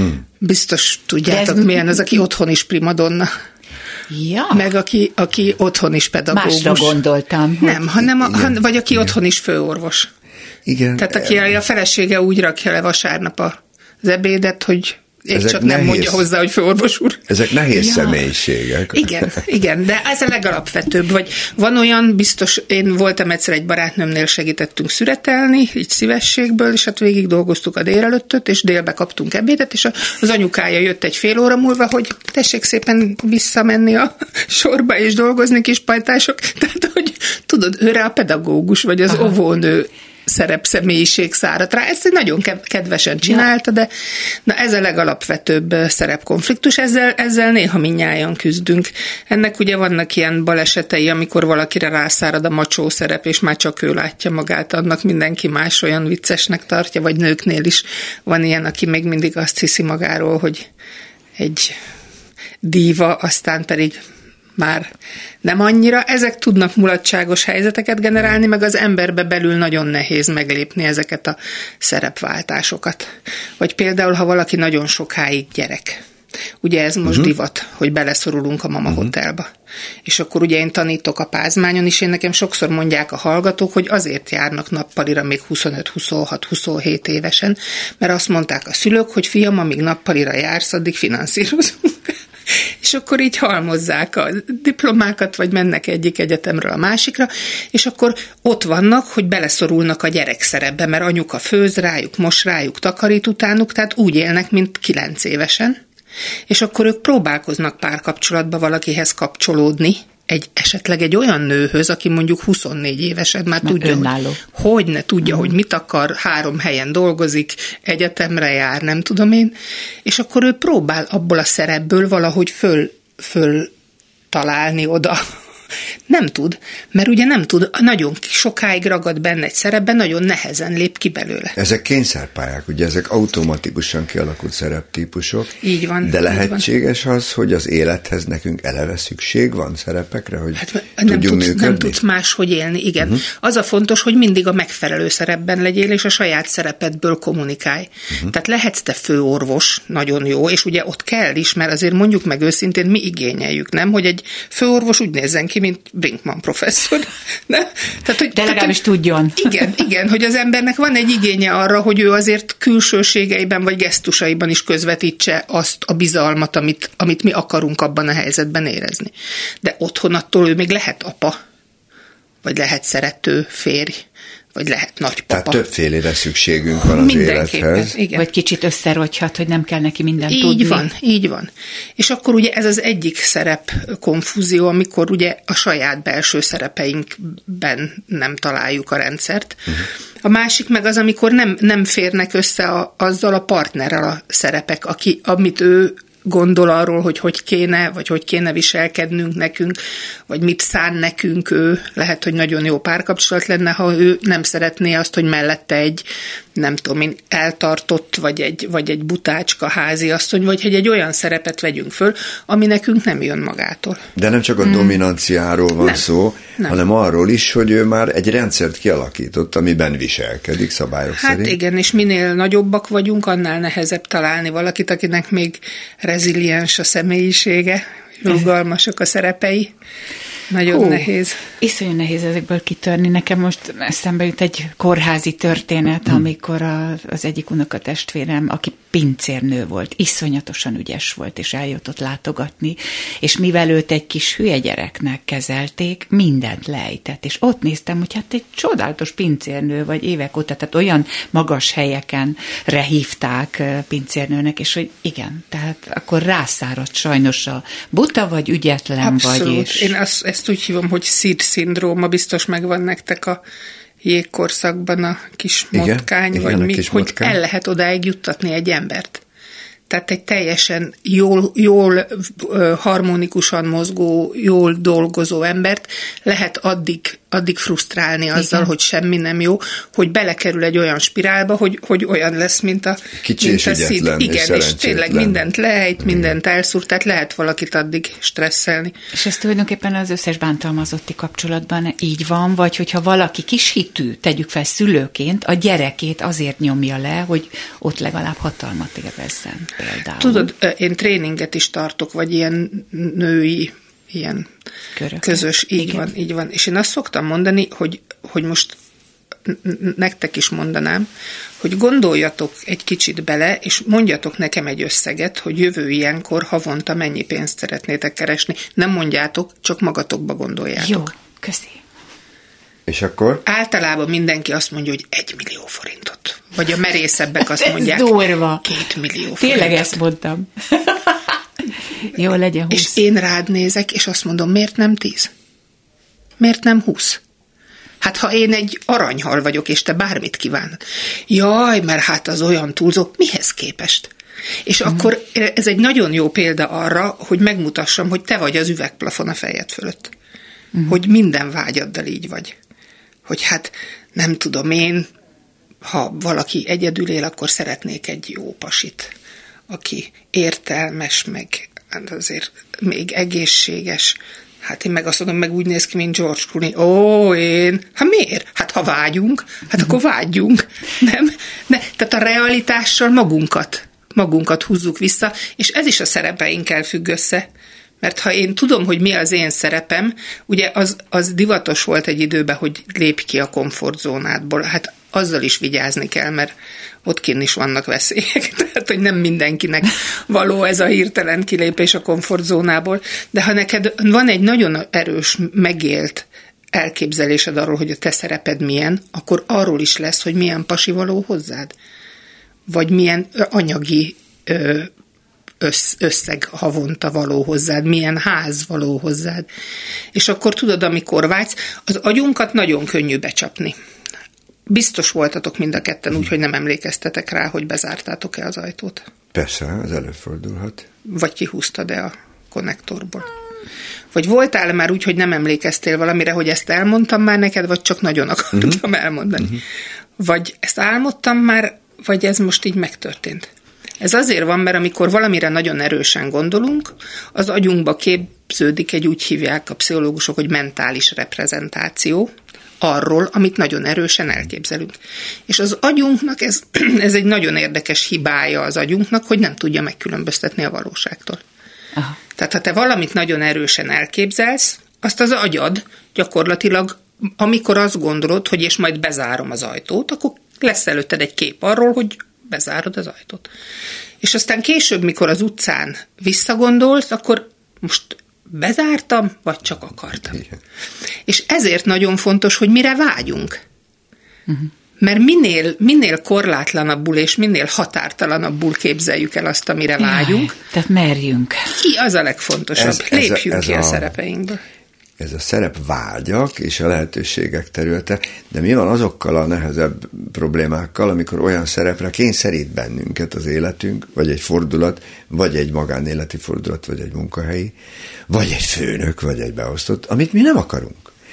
Biztos tudjátok, milyen az, aki otthon is primadonna. Ja. Meg aki otthon is pedagógus. Másra gondoltam. Nem, vagy aki otthon is főorvos. Igen. Tehát aki a felesége úgy rakja le vasárnap az ebédet, hogy csak nem mondja hozzá, hogy főorvos úr. Ezek nehéz személyiségek. Igen, de ez a legalapvetőbb. Vagy van olyan, biztos, én voltam egyszer egy barátnőmnél, segítettünk szüretelni, így szívességből, és hát végig dolgoztuk a délelőttöt, és délbe kaptunk ebédet, és az anyukája jött egy fél óra múlva, hogy tessék szépen visszamenni a sorba, és dolgozni, kis pajtások. Tehát, hogy tudod, őre a pedagógus, vagy az óvónő szerepszemélyiség száradt rá. Ezt nagyon kedvesen csinálta, de na ez a legalapvetőbb szerepkonfliktus. Ezzel néha mindnyájan küzdünk. Ennek ugye vannak ilyen balesetei, amikor valakire rászárad a macsó szerep, és már csak ő látja magát, annak mindenki más olyan viccesnek tartja, vagy nőknél is van ilyen, aki még mindig azt hiszi magáról, hogy egy díva, aztán pedig már nem annyira. Ezek tudnak mulatságos helyzeteket generálni, meg az emberbe belül nagyon nehéz meglépni ezeket a szerepváltásokat. Vagy például, ha valaki nagyon sokáig gyerek. Ugye ez most divat, hogy beleszorulunk a mama hotelba. És akkor ugye én tanítok a Pázmányon is, én nekem sokszor mondják a hallgatók, hogy azért járnak nappalira még 25-26-27 évesen, mert azt mondták a szülők, hogy fiam, amíg nappalira jársz, addig finanszírozunk. És akkor így halmozzák a diplomákat, vagy mennek egyik egyetemről a másikra, és akkor ott vannak, hogy beleszorulnak a gyerekszerepbe, mert anyuka főz rájuk, mos rájuk, takarít utánuk, tehát úgy élnek, mint 9 évesen, és akkor ők próbálkoznak párkapcsolatba valakihez kapcsolódni, esetleg egy olyan nőhöz, aki mondjuk 24 évesen már tudja, hogy ne tudja, hogy mit akar, 3 helyen dolgozik, egyetemre jár, nem tudom én, és akkor ő próbál abból a szerepből valahogy föl találni oda. Nem tud, mert ugye nem tud, nagyon sokáig ragad benne egy szerepben, nagyon nehezen lép ki belőle. Ezek kényszerpályák, ugye ezek automatikusan kialakult szereptípusok. Így van. De lehetséges az, hogy az élethez nekünk eleve szükség van szerepekre, hogy nem tudsz máshogy élni, igen. Az a fontos, hogy mindig a megfelelő szerepben legyél, és a saját szerepedből kommunikálj. Tehát lehetsz te főorvos, nagyon jó, és ugye ott kell is, mert azért mondjuk meg őszintén, mi igényeljük, nem? Hogy egy főorvos úgy nézzen ki, mint Brinkmann professzor. De legalábbis tudjon. Igen, hogy az embernek van egy igénye arra, hogy ő azért külsőségeiben vagy gesztusaiban is közvetítse azt a bizalmat, amit mi akarunk abban a helyzetben érezni. De otthon attól ő még lehet apa, vagy lehet szerető férj, vagy lehet nagypapa. Tehát többfélére szükségünk van az élethez. Igen. Vagy kicsit összerogyhat, hogy nem kell neki mindent tudni. Így van. És akkor ugye ez az egyik szerep konfúzió, amikor ugye a saját belső szerepeinkben nem találjuk a rendszert. A másik meg az, amikor nem férnek össze azzal a partnerrel a szerepek, amit ő gondol arról, hogy kéne, vagy hogy kéne viselkednünk nekünk, vagy mit szán nekünk ő. Lehet, hogy nagyon jó párkapcsolat lenne, ha ő nem szeretné azt, hogy mellette egy nem tudom én, eltartott, vagy egy butácska háziasszony, vagy hogy egy olyan szerepet vegyünk föl, ami nekünk nem jön magától. De nem csak a dominanciáról van szó, hanem arról is, hogy ő már egy rendszert kialakított, amiben viselkedik szabályok szerint. Hát igen, és minél nagyobbak vagyunk, annál nehezebb találni valakit, akinek még reziliens a személyisége, rugalmasak a szerepei. Nagyon nehéz. Iszonyú nehéz ezekből kitörni. Nekem most eszembe jut egy kórházi történet, amikor az egyik unokatestvérem, aki pincérnő volt, iszonyatosan ügyes volt, és eljött ott látogatni, és mivel őt egy kis hülye gyereknek kezelték, mindent lejtett, és ott néztem, hogy hát egy csodálatos pincérnő, vagy évek óta, tehát olyan magas helyeken rehívták pincérnőnek, és hogy igen, tehát akkor rászáradt sajnos a buta, vagy ügyetlen Abszolút. vagy. És... Én ezt úgy hívom, hogy SID-szindróma, biztos megvan nektek a jégkorszakban a kis motkány, igen, vagy mi, kis hogy motkány. el lehet odáig juttatni egy embert. Tehát egy teljesen jól harmonikusan mozgó, jól dolgozó embert lehet addig frusztrálni azzal, hogy semmi nem jó, hogy belekerül egy olyan spirálba, hogy olyan lesz, mint a kicsi és ügyetlen, igen, és tényleg mindent lejt, mindent elszúr, tehát lehet valakit addig stresszelni. És ez tulajdonképpen az összes bántalmazotti kapcsolatban így van, vagy hogyha valaki kis hitű, tegyük fel szülőként, a gyerekét azért nyomja le, hogy ott legalább hatalmat élvezzen például. Tudod, én tréninget is tartok, vagy ilyen női, ilyen köröket. Közös, így van. És én azt szoktam mondani, hogy most nektek is mondanám, hogy gondoljatok egy kicsit bele, és mondjatok nekem egy összeget, hogy jövő ilyenkor havonta mennyi pénzt szeretnétek keresni. Nem mondjátok, csak magatokba gondoljátok. Jó, köszi. És akkor? Általában mindenki azt mondja, hogy 1 millió forintot. Vagy a merészebbek azt mondják, 2 millió forintot. Tényleg ezt mondtam. Jó, legyen 20. És én rád nézek, és azt mondom, miért nem 10? Miért nem 20? Hát ha én egy aranyhal vagyok, és te bármit kívánod. Jaj, mert hát az olyan túlzó. Mihez képest? És akkor ez egy nagyon jó példa arra, hogy megmutassam, hogy te vagy az üvegplafon a fejed fölött. Hogy minden vágyaddal így vagy. Hogy hát nem tudom én, ha valaki egyedül él, akkor szeretnék egy jó pasit, aki értelmes, meg azért még egészséges. Hát én meg azt mondom, meg úgy néz ki, mint George Clooney. Hát miért? Hát ha vágyunk, hát akkor vágyjunk. Nem? Tehát a realitással magunkat húzzuk vissza, és ez is a szerepeinkkel függ össze. Mert ha én tudom, hogy mi az én szerepem, ugye az divatos volt egy időben, hogy lépj ki a komfortzónádból. Hát azzal is vigyázni kell, mert ott kinn is vannak veszélyek. Tehát, hogy nem mindenkinek való ez a hirtelen kilépés a komfortzónából. De ha neked van egy nagyon erős, megélt elképzelésed arról, hogy a te szereped milyen, akkor arról is lesz, hogy milyen pasi való hozzád. Vagy milyen anyagi összeg havonta való hozzád, milyen ház való hozzád. És akkor tudod, amikor vágysz, az agyunkat nagyon könnyű becsapni. Biztos voltatok mind a ketten úgy, hogy nem emlékeztetek rá, hogy bezártátok-e az ajtót. Persze, ez előfordulhat. Vagy kihúztad-e a konnektorból. Vagy voltál már úgy, hogy nem emlékeztél valamire, hogy ezt elmondtam már neked, vagy csak nagyon akartam elmondani. Vagy ezt álmodtam már, vagy ez most így megtörtént. Ez azért van, mert amikor valamire nagyon erősen gondolunk, az agyunkba képződik egy, úgy hívják a pszichológusok, hogy mentális reprezentáció arról, amit nagyon erősen elképzelünk. És az agyunknak, ez egy nagyon érdekes hibája az agyunknak, hogy nem tudja megkülönböztetni a valóságtól. Aha. Tehát ha te valamit nagyon erősen elképzelsz, azt az agyad gyakorlatilag, amikor azt gondolod, hogy és majd bezárom az ajtót, akkor lesz előtted egy kép arról, hogy bezárod az ajtót. És aztán később, mikor az utcán visszagondolsz, akkor most bezártam, vagy csak akartam. Igen. És ezért nagyon fontos, hogy mire vágyunk. Mert minél korlátlanabbul és minél határtalanabbul képzeljük el azt, amire vágyunk. Tehát merjünk. Ki az a legfontosabb? Lépjünk ki a szerepeinkből. Ez a szerepvágyak és a lehetőségek területe, de mi van azokkal a nehezebb problémákkal, amikor olyan szerepre kényszerít bennünket az életünk, vagy egy fordulat, vagy egy magánéleti fordulat, vagy egy munkahelyi, vagy egy főnök, vagy egy beosztott, amit mi nem akarunk.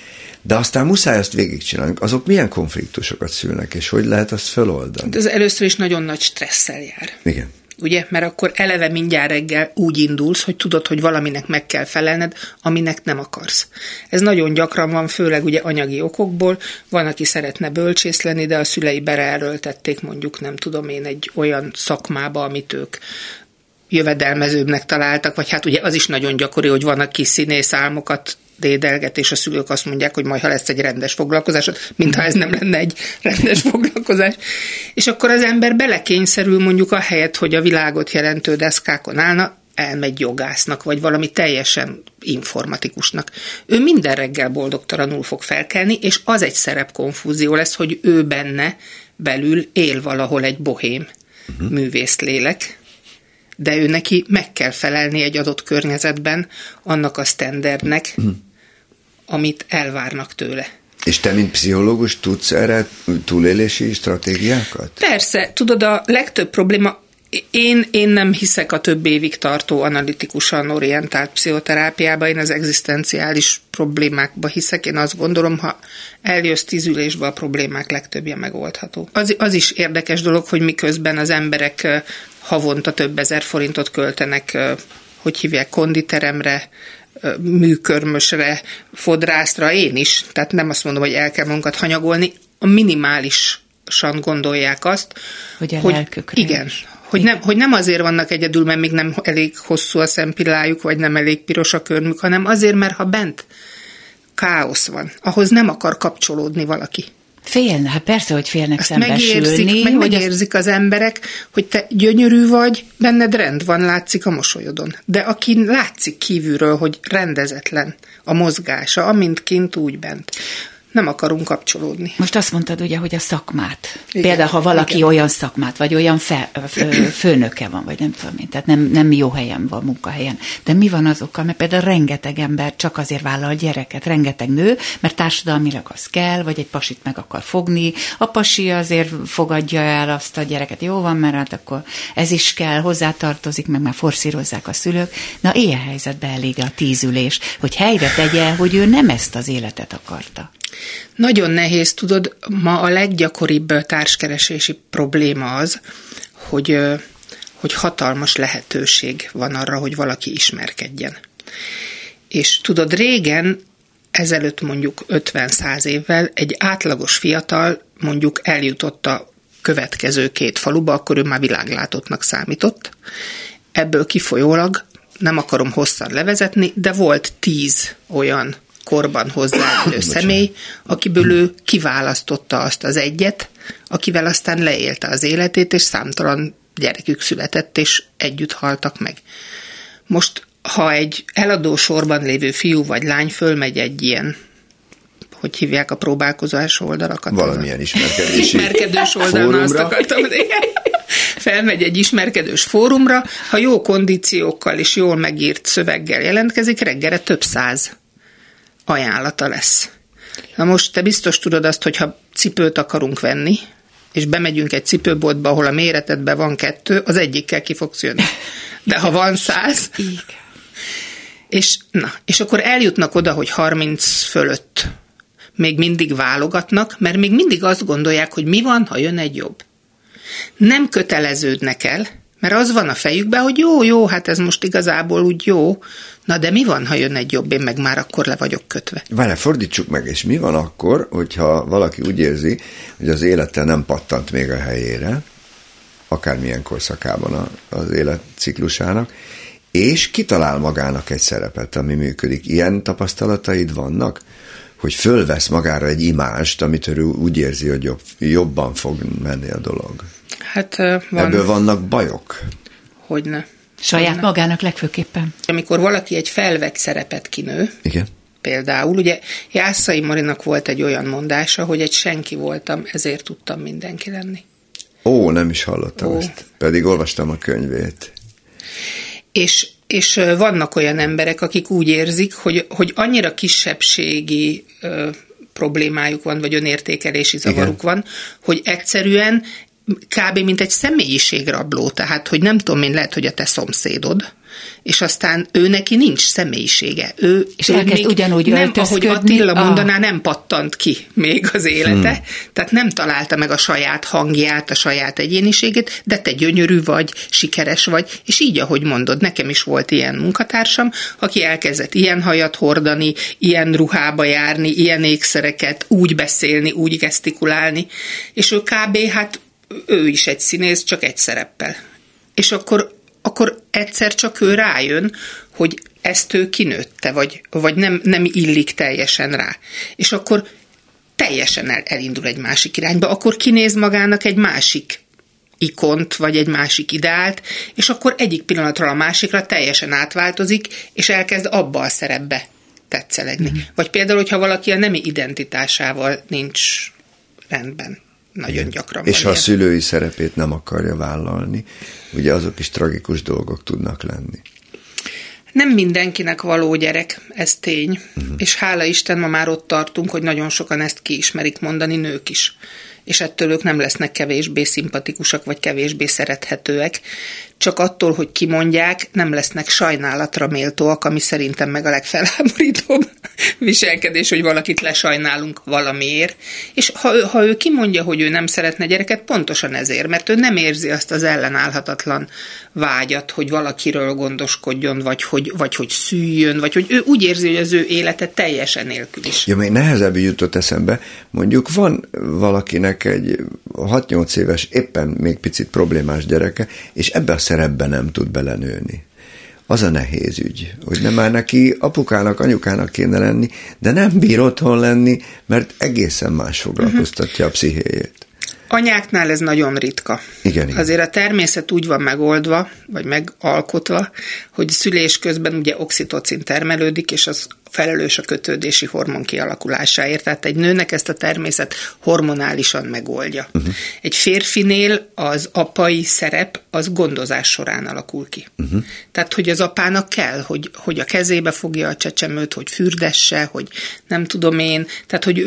De aztán muszáj azt végigcsinálni. Azok milyen konfliktusokat szülnek, és hogy lehet azt feloldani? Ez először is nagyon nagy stresszel jár. Igen. Ugye, mert akkor eleve mindjárt reggel úgy indulsz, hogy tudod, hogy valaminek meg kell felelned, aminek nem akarsz. Ez nagyon gyakran van, főleg ugye anyagi okokból. Van, aki szeretne bölcsész lenni, de a szülei beleerőltették mondjuk, nem tudom én, egy olyan szakmába, amit ők jövedelmezőbbnek találtak, vagy hát ugye az is nagyon gyakori, hogy van, aki színész álmokat dédelget, és a szülők azt mondják, hogy majd ha lesz egy rendes foglalkozás, mintha ez nem lenne egy rendes foglalkozás. És akkor az ember belekényszerül mondjuk ahelyett, hogy a világot jelentő deszkákon állna, elmegy jogásznak, vagy valami teljesen informatikusnak. Ő minden reggel boldogtalanul fog felkelni, és az egy szerepkonfúzió lesz, hogy ő benne belül él valahol egy bohém művészlélek, de ő neki meg kell felelni egy adott környezetben annak a sztenderdnek, amit elvárnak tőle. És te, mint pszichológus, tudsz erre túlélési stratégiákat? Persze, tudod, a legtöbb probléma, én nem hiszek a több évig tartó analitikusan orientált pszichoterápiába, én az egzisztenciális problémákba hiszek, én azt gondolom, ha eljössz 10 ülésbe, a problémák legtöbbje megoldható. Az is érdekes dolog, hogy miközben az emberek havonta több ezer forintot költenek, hogy hívják, konditeremre, műkörmösre, fodrászra, én is, tehát nem azt mondom, hogy el kell magunkat hanyagolni, a minimálisan gondolják azt, hogy igen, hogy nem azért vannak egyedül, mert még nem elég hosszú a szempillájuk, vagy nem elég piros a körmük, hanem azért, mert ha bent káosz van, ahhoz nem akar kapcsolódni valaki. Félne, hát persze, hogy félnek azt szembesülni. Megérzik az emberek, hogy te gyönyörű vagy, benned rend van, látszik a mosolyodon. De aki látszik kívülről, hogy rendezetlen a mozgása, amint kint, úgy bent, nem akarunk kapcsolódni. Most azt mondtad ugye, hogy a szakmát. Igen, például, ha valaki olyan szakmát, vagy olyan főnöke van, vagy nem tudom én, tehát nem jó helyen van, munkahelyen. De mi van azokkal? Mert például rengeteg ember csak azért vállal gyereket, rengeteg nő, mert társadalmilag az kell, vagy egy pasit meg akar fogni. A pasi azért fogadja el azt a gyereket. Jó van, mert hát akkor ez is kell, hozzátartozik, meg már forszírozzák a szülők. Na, ilyen helyzetben elég a 10 ülés, hogy helyre tegye, hogy ő nem ezt az életet akarta. Nagyon nehéz, tudod, ma a leggyakoribb társkeresési probléma az, hogy hatalmas lehetőség van arra, hogy valaki ismerkedjen. És tudod, régen, ezelőtt mondjuk 50-100 évvel egy átlagos fiatal mondjuk eljutott a következő 2 faluba, akkor ő már világlátottnak számított. Ebből kifolyólag nem akarom hosszan levezetni, de volt 10 olyan korban hozzáadő személy, akiből ő kiválasztotta azt az egyet, akivel aztán leélte az életét, és számtalan gyerekük született, és együtt haltak meg. Most, ha egy eladó sorban lévő fiú vagy lány fölmegy egy ilyen, hogy hívják a próbálkozás oldalakat? Valamilyen ismerkedős oldalon, azt akartam, de felmegy egy ismerkedős fórumra, ha jó kondíciókkal és jól megírt szöveggel jelentkezik, reggelre több 100 ajánlata lesz. Na most te biztos tudod azt, hogy ha cipőt akarunk venni, és bemegyünk egy cipőboltba, ahol a méretedben van 2, az egyikkel ki fogsz jönni. De ha van 100, és akkor eljutnak oda, hogy 30 fölött még mindig válogatnak, mert még mindig azt gondolják, hogy mi van, ha jön egy jobb. Nem köteleződnek el, mert az van a fejükben, hogy jó, hát ez most igazából úgy jó, na de mi van, ha jön egy jobb, én meg már akkor le vagyok kötve. Várjál, fordítsuk meg, és mi van akkor, hogyha valaki úgy érzi, hogy az élete nem pattant még a helyére, akármilyen korszakában az életciklusának, és kitalál magának egy szerepet, ami működik. Ilyen tapasztalataid vannak, hogy fölvesz magára egy imást, amit ő úgy érzi, hogy jobban fog menni a dolog? Hát van. Ebből vannak bajok? Hogyne. Saját magának legfőképpen. Amikor valaki egy felvett szerepet kinő, igen. Például, ugye Jászai Marinak volt egy olyan mondása, hogy egy senki voltam, ezért tudtam mindenki lenni. Ó, nem is hallottam ezt, pedig olvastam a könyvét. És vannak olyan emberek, akik úgy érzik, hogy annyira kisebbségi problémájuk van, vagy önértékelési zavaruk van, hogy egyszerűen kb. Mint egy személyiségrabló, tehát, hogy nem tudom én, lehet, hogy a te szomszédod, és aztán ő neki nincs személyisége. És elkezd ugyanúgy nem, öltözködni. ahogy Attila mondaná, nem pattant ki még az élete, tehát nem találta meg a saját hangját, a saját egyéniségét, de te gyönyörű vagy, sikeres vagy, és így, ahogy mondod, nekem is volt ilyen munkatársam, aki elkezdett ilyen hajat hordani, ilyen ruhába járni, ilyen ékszereket, úgy beszélni, úgy gesztikulálni, és ő kb. Hát ő is egy színész, csak egy szereppel. És akkor egyszer csak ő rájön, hogy ezt ő kinőtte, vagy nem illik teljesen rá. És akkor teljesen elindul egy másik irányba, akkor kinéz magának egy másik ikont, vagy egy másik ideált, és akkor egyik pillanatról a másikra teljesen átváltozik, és elkezd abba a szerepbe tetszelegni. Vagy például, hogyha valaki a nemi identitásával nincs rendben. Nagyon gyakran. És ha a szülői szerepét nem akarja vállalni, ugye azok is tragikus dolgok tudnak lenni. Nem mindenkinek való gyerek, ez tény. És hála Isten, ma már ott tartunk, hogy nagyon sokan ezt kiismerik mondani, nők is. És ettől ők nem lesznek kevésbé szimpatikusak, vagy kevésbé szerethetőek. Csak attól, hogy kimondják, nem lesznek sajnálatra méltóak, ami szerintem meg a legfelháborítóbb viselkedés, hogy valakit lesajnálunk valamiért. És ha ő kimondja, hogy ő nem szeretne gyereket, pontosan ezért, mert ő nem érzi azt az ellenállhatatlan vágyat, hogy valakiről gondoskodjon, vagy hogy szüljön, vagy hogy ő úgy érzi, hogy az ő élete teljesen nélkül is. Ja, még nehezebb jutott eszembe, mondjuk van valakinek egy 6-8 éves, éppen még picit problémás gyereke, és ebbe a szerepben nem tud belenőni. Az a nehéz ügy, hogy nem már neki apukának, anyukának kéne lenni, de nem bír otthon lenni, mert egészen más foglalkoztatja a pszichéjét. Anyáknál ez nagyon ritka. Igen. Azért a természet úgy van megoldva, vagy megalkotva, hogy szülés közben ugye oxitocin termelődik, és az felelős a kötődési hormon kialakulásáért. Tehát egy nőnek ezt a természet hormonálisan megoldja. Egy férfinél az apai szerep az gondozás során alakul ki. Tehát, hogy az apának kell, hogy a kezébe fogja a csecsemőt, hogy fürdesse, hogy nem tudom én, tehát, hogy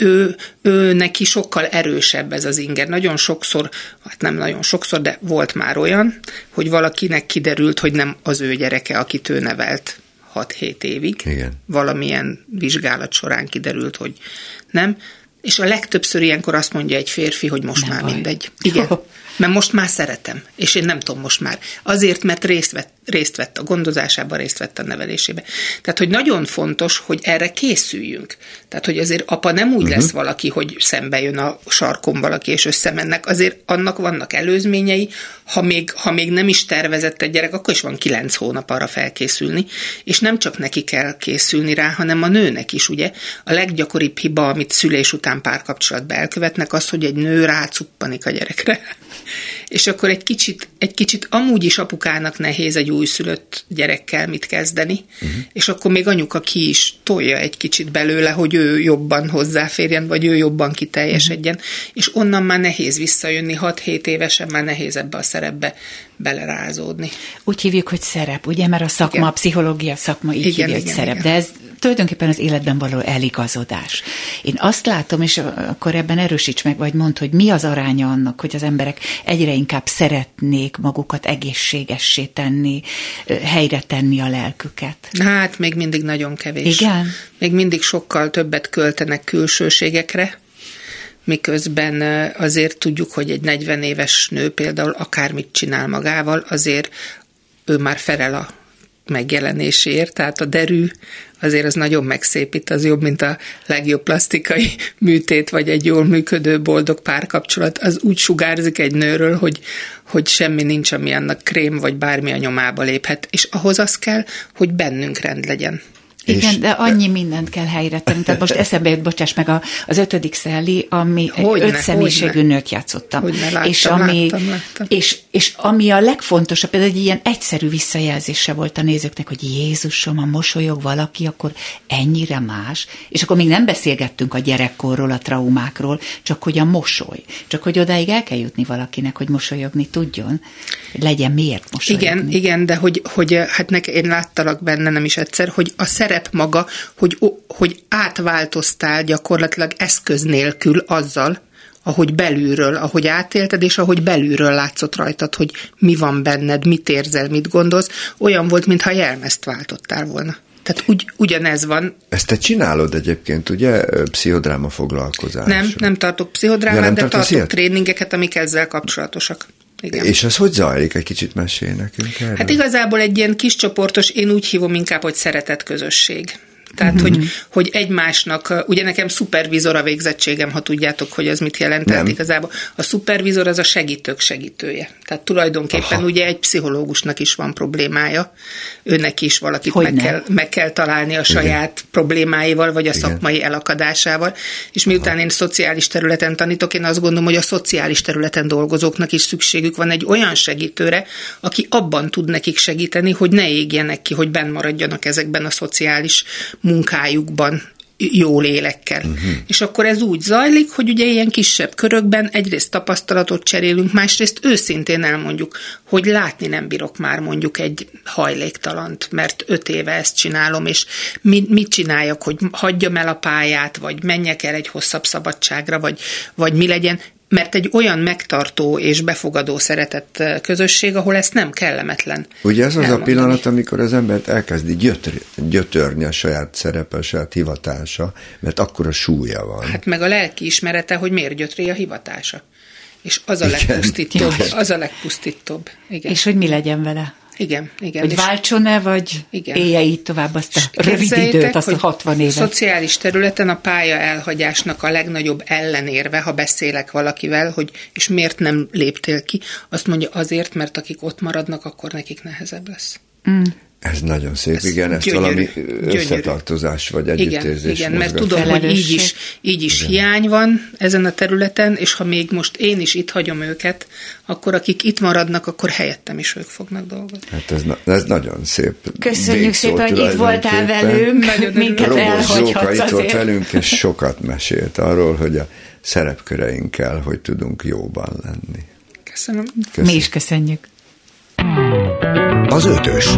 ő neki sokkal erősebb ez az inger. Nagyon sokszor, hát nem nagyon sokszor, de volt már olyan, hogy valakinek kiderült, hogy nem az ő gyereke, akit ő nevelt 6-7 évig. Igen. Valamilyen vizsgálat során kiderült, hogy nem. És a legtöbbször ilyenkor azt mondja egy férfi, hogy most nem már baj. Mindegy. Igen. Mert most már szeretem, és én nem tudom most már. Azért, mert részt vett a gondozásában, részt vett a nevelésébe. Tehát, hogy nagyon fontos, hogy erre készüljünk. Tehát, hogy azért apa nem úgy lesz valaki, hogy szembe jön a sarkon valaki, és összemennek. Azért annak vannak előzményei, ha még nem is tervezett egy gyerek, akkor is van 9 hónap arra felkészülni, és nem csak neki kell készülni rá, hanem a nőnek is, ugye. A leggyakoribb hiba, amit szülés után párkapcsolatban elkövetnek, az, hogy egy nő rácuppanik a gyerekre. És akkor egy kicsit amúgy is apukának nehéz egy újszülött gyerekkel mit kezdeni, és akkor még anyuka ki is tolja egy kicsit belőle, hogy ő jobban hozzáférjen, vagy ő jobban kiteljesedjen, és onnan már nehéz visszajönni, 6-7 évesen már nehéz ebbe a szerepbe belerázódni. Úgy hívjuk, hogy szerep, ugye, mert a szakma, igen. A pszichológia szakma így hívja, hogy szerep, de ez tulajdonképpen az életben való eligazodás. Én azt látom, és akkor ebben erősíts meg, vagy mondd, hogy mi az aránya annak, hogy az emberek egyre inkább szeretnék magukat egészségessé tenni, helyre tenni a lelküket. Hát még mindig nagyon kevés. Igen? Még mindig sokkal többet költenek külsőségekre, miközben azért tudjuk, hogy egy 40 éves nő például akármit csinál magával, azért ő már felel a megjelenésért, tehát a derű azért az nagyon megszépít, az jobb, mint a legjobb plasztikai műtét, vagy egy jól működő, boldog párkapcsolat. Az úgy sugárzik egy nőről, hogy semmi nincs, ami annak krém, vagy bármi a nyomába léphet. És ahhoz az kell, hogy bennünk rend legyen. Igen, de annyi mindent kell helyre tenni. Tehát most eszembe jut, bocsáss meg, az 5. Szelli, ami 5 személyiségű nőt játszottam. Láttam. És ami a legfontosabb, például egy ilyen egyszerű visszajelzése volt a nézőknek, hogy Jézusom, ha mosolyog valaki, akkor ennyire más. És akkor még nem beszélgettünk a gyerekkorról, a traumákról, csak hogy a mosoly. Csak hogy odáig el kell jutni valakinek, hogy mosolyogni tudjon. Legyen miért mosolyogni. Igen, de hogy hát én láttalak benne nem is egyszer, hogy a szerep maga, hogy átváltoztál gyakorlatilag eszköz nélkül azzal, ahogy belülről, ahogy átélted, és ahogy belülről látszott rajtad, hogy mi van benned, mit érzel, mit gondolsz, olyan volt, mintha jelmezt váltottál volna. Tehát ugyanez van. Ezt te csinálod egyébként, ugye, pszichodráma foglalkozás? Nem tartok pszichodrámát, de tartok tréningeket, amik ezzel kapcsolatosak. Igen. És az hogy zajlik? Egy kicsit mesélj nekünk erről. Hát igazából egy ilyen kis csoportos, én úgy hívom inkább, hogy szeretett közösség. Tehát, hogy egymásnak, ugye nekem szupervizor a végzettségem, ha tudjátok, hogy az mit jelent. Tehát igazából a szupervizor az a segítők segítője. Tehát tulajdonképpen ugye egy pszichológusnak is van problémája, őnek is valakit meg kell találni a saját problémáival, vagy a szakmai elakadásával. És miután én szociális területen tanítok, én azt gondolom, hogy a szociális területen dolgozóknak is szükségük van egy olyan segítőre, aki abban tud nekik segíteni, hogy ne égjenek ki, hogy benn maradjanak ezekben a szociális munkájukban jó lélekkel. És akkor ez úgy zajlik, hogy ugye ilyen kisebb körökben egyrészt tapasztalatot cserélünk, másrészt őszintén elmondjuk, hogy látni nem bírok már mondjuk egy hajléktalant, mert 5 éve ezt csinálom, és mit csináljak, hogy hagyjam el a pályát, vagy menjek el egy hosszabb szabadságra, vagy mi legyen, mert egy olyan megtartó és befogadó szeretett közösség, ahol ez nem kellemetlen. Ugye ez az a pillanat, amikor az embert elkezdi gyötörni a saját szerepe, a saját hivatása, mert akkora súlya van. Hát meg a lelki ismerete, hogy miért gyötri a hivatása. És az a legpusztítóbb. Az a legpusztítóbb. Igen. És hogy mi legyen vele? Igen. Hogy váltson-e, vagy élje így tovább azt a rövid időt, azt a 60 évet. Szociális területen a pálya elhagyásnak a legnagyobb ellenérve, ha beszélek valakivel, hogy és miért nem léptél ki, azt mondja azért, mert akik ott maradnak, akkor nekik nehezebb lesz. Ez nagyon szép, ez igen, ez valami összetartozás vagy együttérzés. Igen, mert tudom, hogy így is hiány van ezen a területen, és ha még most én is itt hagyom őket, akkor akik itt maradnak, akkor helyettem is ők fognak dolgozni. Hát ez nagyon szép. Köszönjük szépen, hogy itt voltál velünk, minket elhagyhatsz itt volt velünk, és sokat mesélt arról, hogy a szerepköreinkkel hogy tudunk jóban lenni. Köszönöm. Mi is köszönjük. Az 5-ös.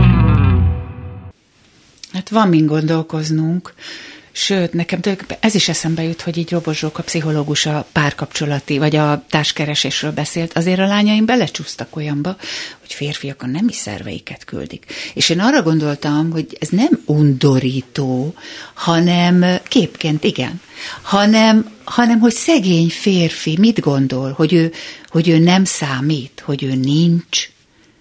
Hát van min gondolkoznunk, sőt, nekem ez is eszembe jut, hogy így Robos Zsóka pszichológus a párkapcsolati, vagy a társkeresésről beszélt, azért a lányaim belecsúsztak olyanba, hogy férfiak a nemi szerveiket küldik. És én arra gondoltam, hogy ez nem undorító, hanem képként igen, hanem hogy szegény férfi mit gondol, hogy ő nem számít, hogy ő nincs.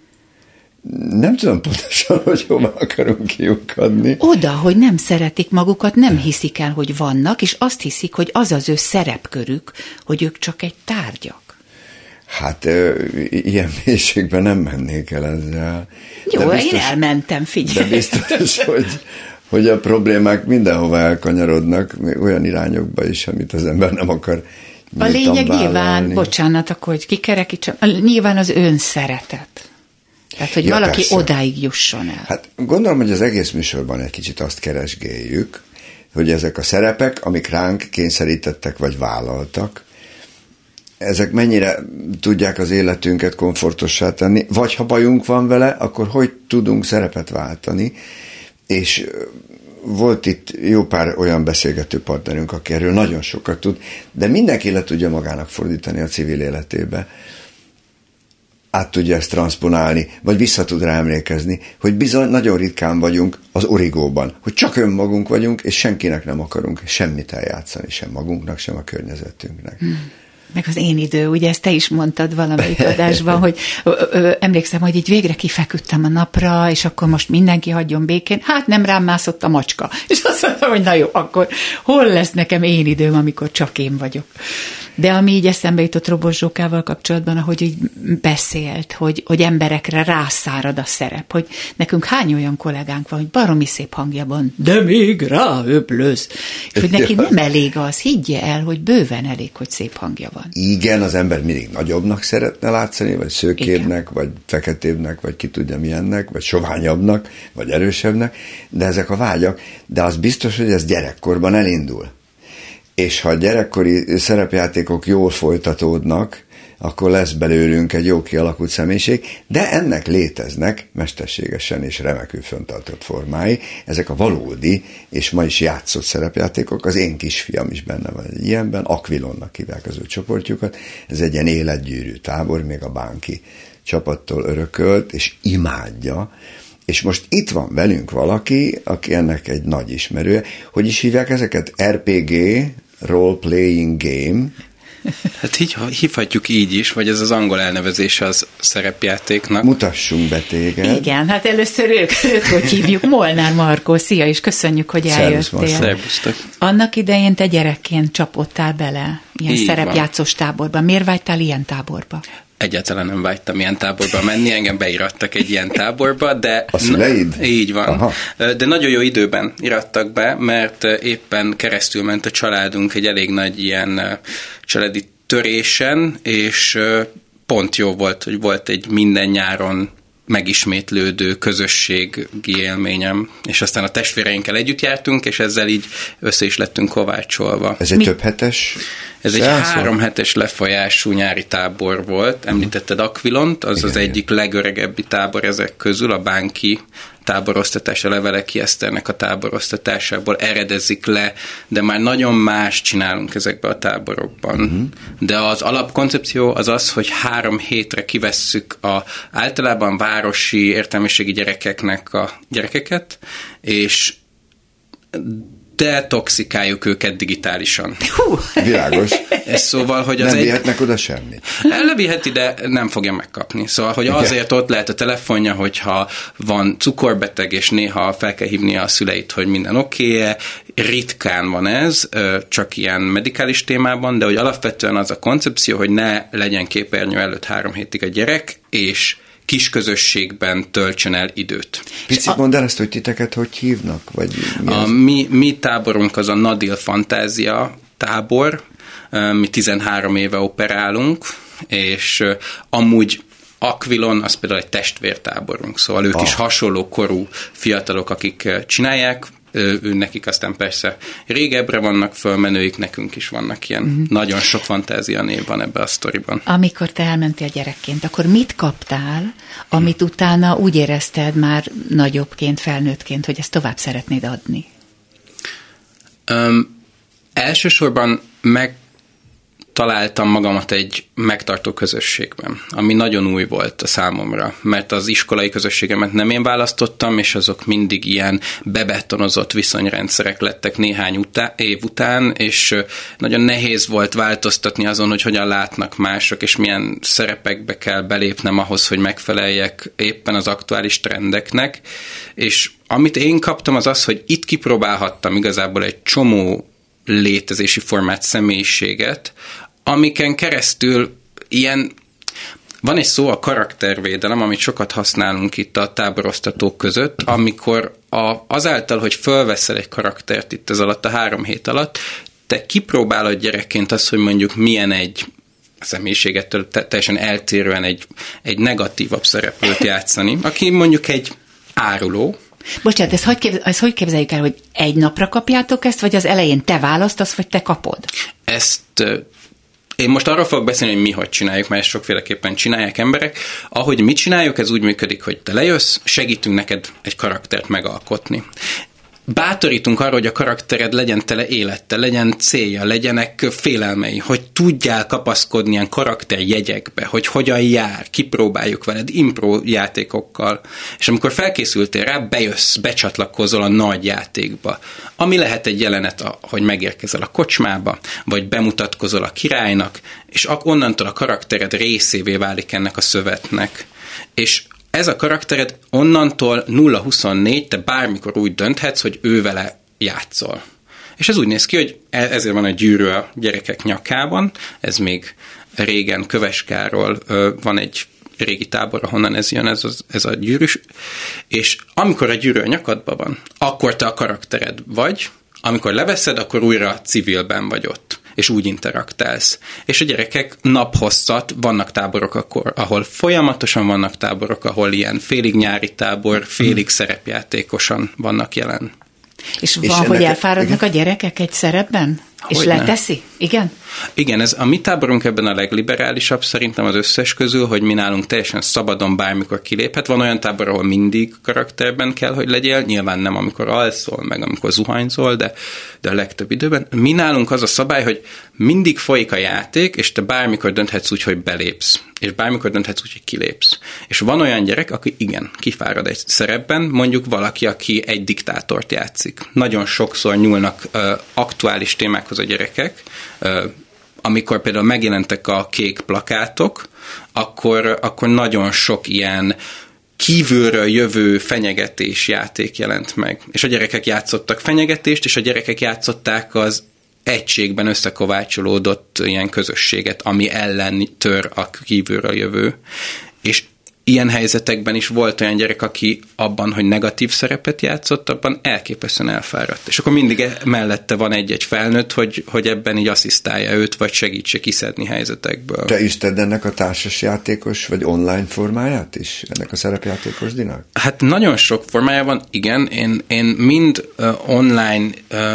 Nem tudom pontosan, hogy hova akarunk kiukadni. Oda, hogy nem szeretik magukat, nem hiszik el, hogy vannak, és azt hiszik, hogy az az ő szerepkörük, hogy ők csak egy tárgyak. Hát ilyen mélységben nem mennék el ezzel. Jó, biztos, én elmentem, figyelj. De biztos, hogy a problémák mindenhova elkanyarodnak, olyan irányokba is, amit az ember nem akar a lényeg nyilván, bocsánat, akkor hogy kikerekítsam, nyilván az önszeretet. Tehát, hogy valaki persze odáig jusson el. Hát gondolom, hogy az egész műsorban egy kicsit azt keresgéljük, hogy ezek a szerepek, amik ránk kényszerítettek vagy vállaltak, ezek mennyire tudják az életünket komfortossá tenni, vagy ha bajunk van vele, akkor hogy tudunk szerepet váltani, és volt itt jó pár olyan beszélgető partnerünk, aki erről nagyon sokat tud, de mindenki le tudja magának fordítani a civil életébe. Át tudja ezt transzponálni, vagy vissza tud rá emlékezni, hogy bizony nagyon ritkán vagyunk az origóban, hogy csak önmagunk vagyunk, és senkinek nem akarunk semmit eljátszani, sem magunknak, sem a környezetünknek. Meg az én idő, ugye ezt te is mondtad valamelyik adásban, hogy emlékszem, hogy így végre kifeküdtem a napra, és akkor most mindenki hagyjon békén. Hát nem rám mászott a macska. És azt mondtam, hogy na jó, akkor hol lesz nekem én időm, amikor csak én vagyok. De ami így eszembe jutott Robos Zsókával kapcsolatban, ahogy így beszélt, hogy emberekre rászárad a szerep, hogy nekünk hány olyan kollégánk van, hogy baromi szép hangja van, de még ráöblöz. És hogy neki nem elég az, higgye el, hogy bőven elég, hogy szép hangja van. Igen, az ember mindig nagyobbnak szeretne látszani, vagy szőkébbnek, vagy feketébbnek, vagy ki tudja milyennek, vagy soványabbnak, vagy erősebbnek, de ezek a vágyak, de az biztos, hogy ez gyerekkorban elindul. És ha a gyerekkori szerepjátékok jól folytatódnak, akkor lesz belőlünk egy jó kialakult személyiség, de ennek léteznek mesterségesen és remekül föntartott formái, ezek a valódi, és ma is játszott szerepjátékok, az én kisfiam is benne van egy ilyenben, Aquilonnak hívják az ő csoportjukat, ez egy ilyen életgyűrű tábor, még a Bánki csapattól örökölt, és imádja, és most itt van velünk valaki, aki ennek egy nagy ismerője. Hogy is hívják ezeket? RPG, Role Playing Game. Hát így hívhatjuk így is, vagy ez az angol elnevezése az szerepjátéknak. Mutassunk be téged. Igen, hát először ők hogy hívjuk. Molnár Markó, szia, és köszönjük, hogy eljöttél. Szervusztok. Annak idején te gyerekként csapódtál bele ilyen így szerepjátszós táborba. Miért vágytál ilyen táborba? Egyáltalán nem vágytam ilyen táborba menni, engem beirattak egy ilyen táborba, de... A szüleid? Így van. Aha. De nagyon jó időben irattak be, mert éppen keresztül ment a családunk egy elég nagy ilyen családi törésen, és pont jó volt, hogy volt egy minden nyáron megismétlődő közösségi élményem, és aztán a testvéreinkkel együtt jártunk, és ezzel így össze is lettünk kovácsolva. Ez egy több hetes? Ez egy 3 hetes lefolyású nyári tábor volt. Említetted Aquilont, az igen, az egyik legöregebbi tábor ezek közül, a Bánki táborosztatás, a Leveleki Eszternek a táborosztatásából eredezik le, de már nagyon más csinálunk ezekben a táborokban. De az alapkoncepció az az, hogy 3 hétre kivesszük általában városi értelmiségi gyerekeknek a gyerekeket, és detoxikáljuk őket digitálisan. Világos. Ez szóval, hogy az nem vihetnek oda semmit. Elviheti, de nem fogja megkapni. Szóval, hogy azért ott lehet a telefonja, hogyha van cukorbeteg, és néha fel kell hívnia a szüleit, hogy minden oké-e. Ritkán van ez, csak ilyen medikális témában, de hogy alapvetően az a koncepció, hogy ne legyen képernyő előtt 3 hétig a gyerek, és kis közösségben töltsön el időt. Picit mondd el ezt, hogy titeket hogy hívnak? Vagy mi táborunk az a Nadil Fantázia tábor, mi 13 éve operálunk, és amúgy Aquilon az például egy testvértáborunk, szóval ők is hasonló korú fiatalok, akik csinálják, nekik aztán persze régebbre vannak fölmenőik, nekünk is vannak ilyen nagyon sok fantázia név van ebbe a sztoriban. Amikor te elmentél gyerekként, akkor mit kaptál, amit utána úgy érezted már nagyobbként, felnőttként, hogy ezt tovább szeretnéd adni? Elsősorban megtaláltam magamat egy megtartó közösségben, ami nagyon új volt a számomra, mert az iskolai közösségemet nem én választottam, és azok mindig ilyen bebetonozott viszonyrendszerek lettek néhány év után, és nagyon nehéz volt változtatni azon, hogy hogyan látnak mások, és milyen szerepekbe kell belépnem ahhoz, hogy megfeleljek éppen az aktuális trendeknek, és amit én kaptam az az, hogy itt kipróbálhattam igazából egy csomó létezési formát, személyiséget, amiken keresztül ilyen, van egy szó, a karaktervédelem, amit sokat használunk itt a táborosztatók között, amikor azáltal, hogy fölveszel egy karaktert itt ez alatt a 3 hét alatt, te kipróbálod gyerekként azt, hogy mondjuk milyen egy személyiségettől teljesen eltérően egy negatívabb szereplőt játszani, aki mondjuk egy áruló. Bocsánat, ezt hogy képzeljük el, hogy egy napra kapjátok ezt, vagy az elején te választasz, vagy te kapod? Ezt én most arról fogok beszélni, hogy mi hogy csináljuk, mert ezt sokféleképpen csinálják emberek. Ahogy mi csináljuk, ez úgy működik, hogy te lejössz, segítünk neked egy karaktert megalkotni. Bátorítunk arra, hogy a karaktered legyen tele élettel, legyen célja, legyenek félelmei, hogy tudjál kapaszkodni ilyen karakterjegyekbe, hogy hogyan jár, kipróbáljuk veled impro játékokkal, és amikor felkészültél rá, bejössz, becsatlakozol a nagy játékba, ami lehet egy jelenet, hogy megérkezel a kocsmába, vagy bemutatkozol a királynak, és onnantól a karaktered részévé válik ennek a szövetnek. És ez a karaktered onnantól 0-24, te bármikor úgy dönthetsz, hogy ő vele játszol. És ez úgy néz ki, hogy ezért van a gyűrű a gyerekek nyakában, ez még régen Köveskáról van egy régi tábor, ahonnan ez jön, ez a gyűrű, és amikor a gyűrű a nyakadban van, akkor te a karaktered vagy, amikor leveszed, akkor újra civilben vagy ott, és úgy interaktálsz. És a gyerekek naphosszat, vannak táborok, ahol folyamatosan vannak táborok, ahol ilyen félig nyári tábor, félig szerepjátékosan vannak jelen. És van, hogy elfáradnak a gyerekek egy szerepben? És leteszi? Igen? Igen, ez a mi táborunk ebben a legliberálisabb szerintem az összes közül, hogy mi nálunk teljesen szabadon bármikor kiléphet. Van olyan tábor, ahol mindig karakterben kell, hogy legyél, nyilván nem amikor alszol, meg amikor zuhanyzol, de a legtöbb időben. Mi nálunk az a szabály, hogy mindig folyik a játék, és te bármikor dönthetsz úgy, hogy belépsz, és bármikor dönthetsz úgy, hogy kilépsz. És van olyan gyerek, aki igen, kifárad egy szerepben, mondjuk valaki, aki egy diktátort játszik. Nagyon sokszor nyúlnak aktuális témákhoz a gyerekek, amikor például megjelentek a kék plakátok, akkor nagyon sok ilyen kívülről jövő fenyegetés játék jelent meg. És a gyerekek játszottak fenyegetést, és a gyerekek játszották az egységben összekovácsolódott ilyen közösséget, ami ellen tör a kívülről jövő. És ilyen helyzetekben is volt olyan gyerek, aki abban, hogy negatív szerepet játszott, abban elképesztően elfáradt. És akkor mindig mellette van egy-egy felnőtt, hogy ebben így asszisztálja őt, vagy segítse kiszedni helyzetekből. Te ismered ennek a társasjátékos, vagy online formáját is? Ennek a szerepjátékos dinak? Hát nagyon sok formája van, igen. Én mind online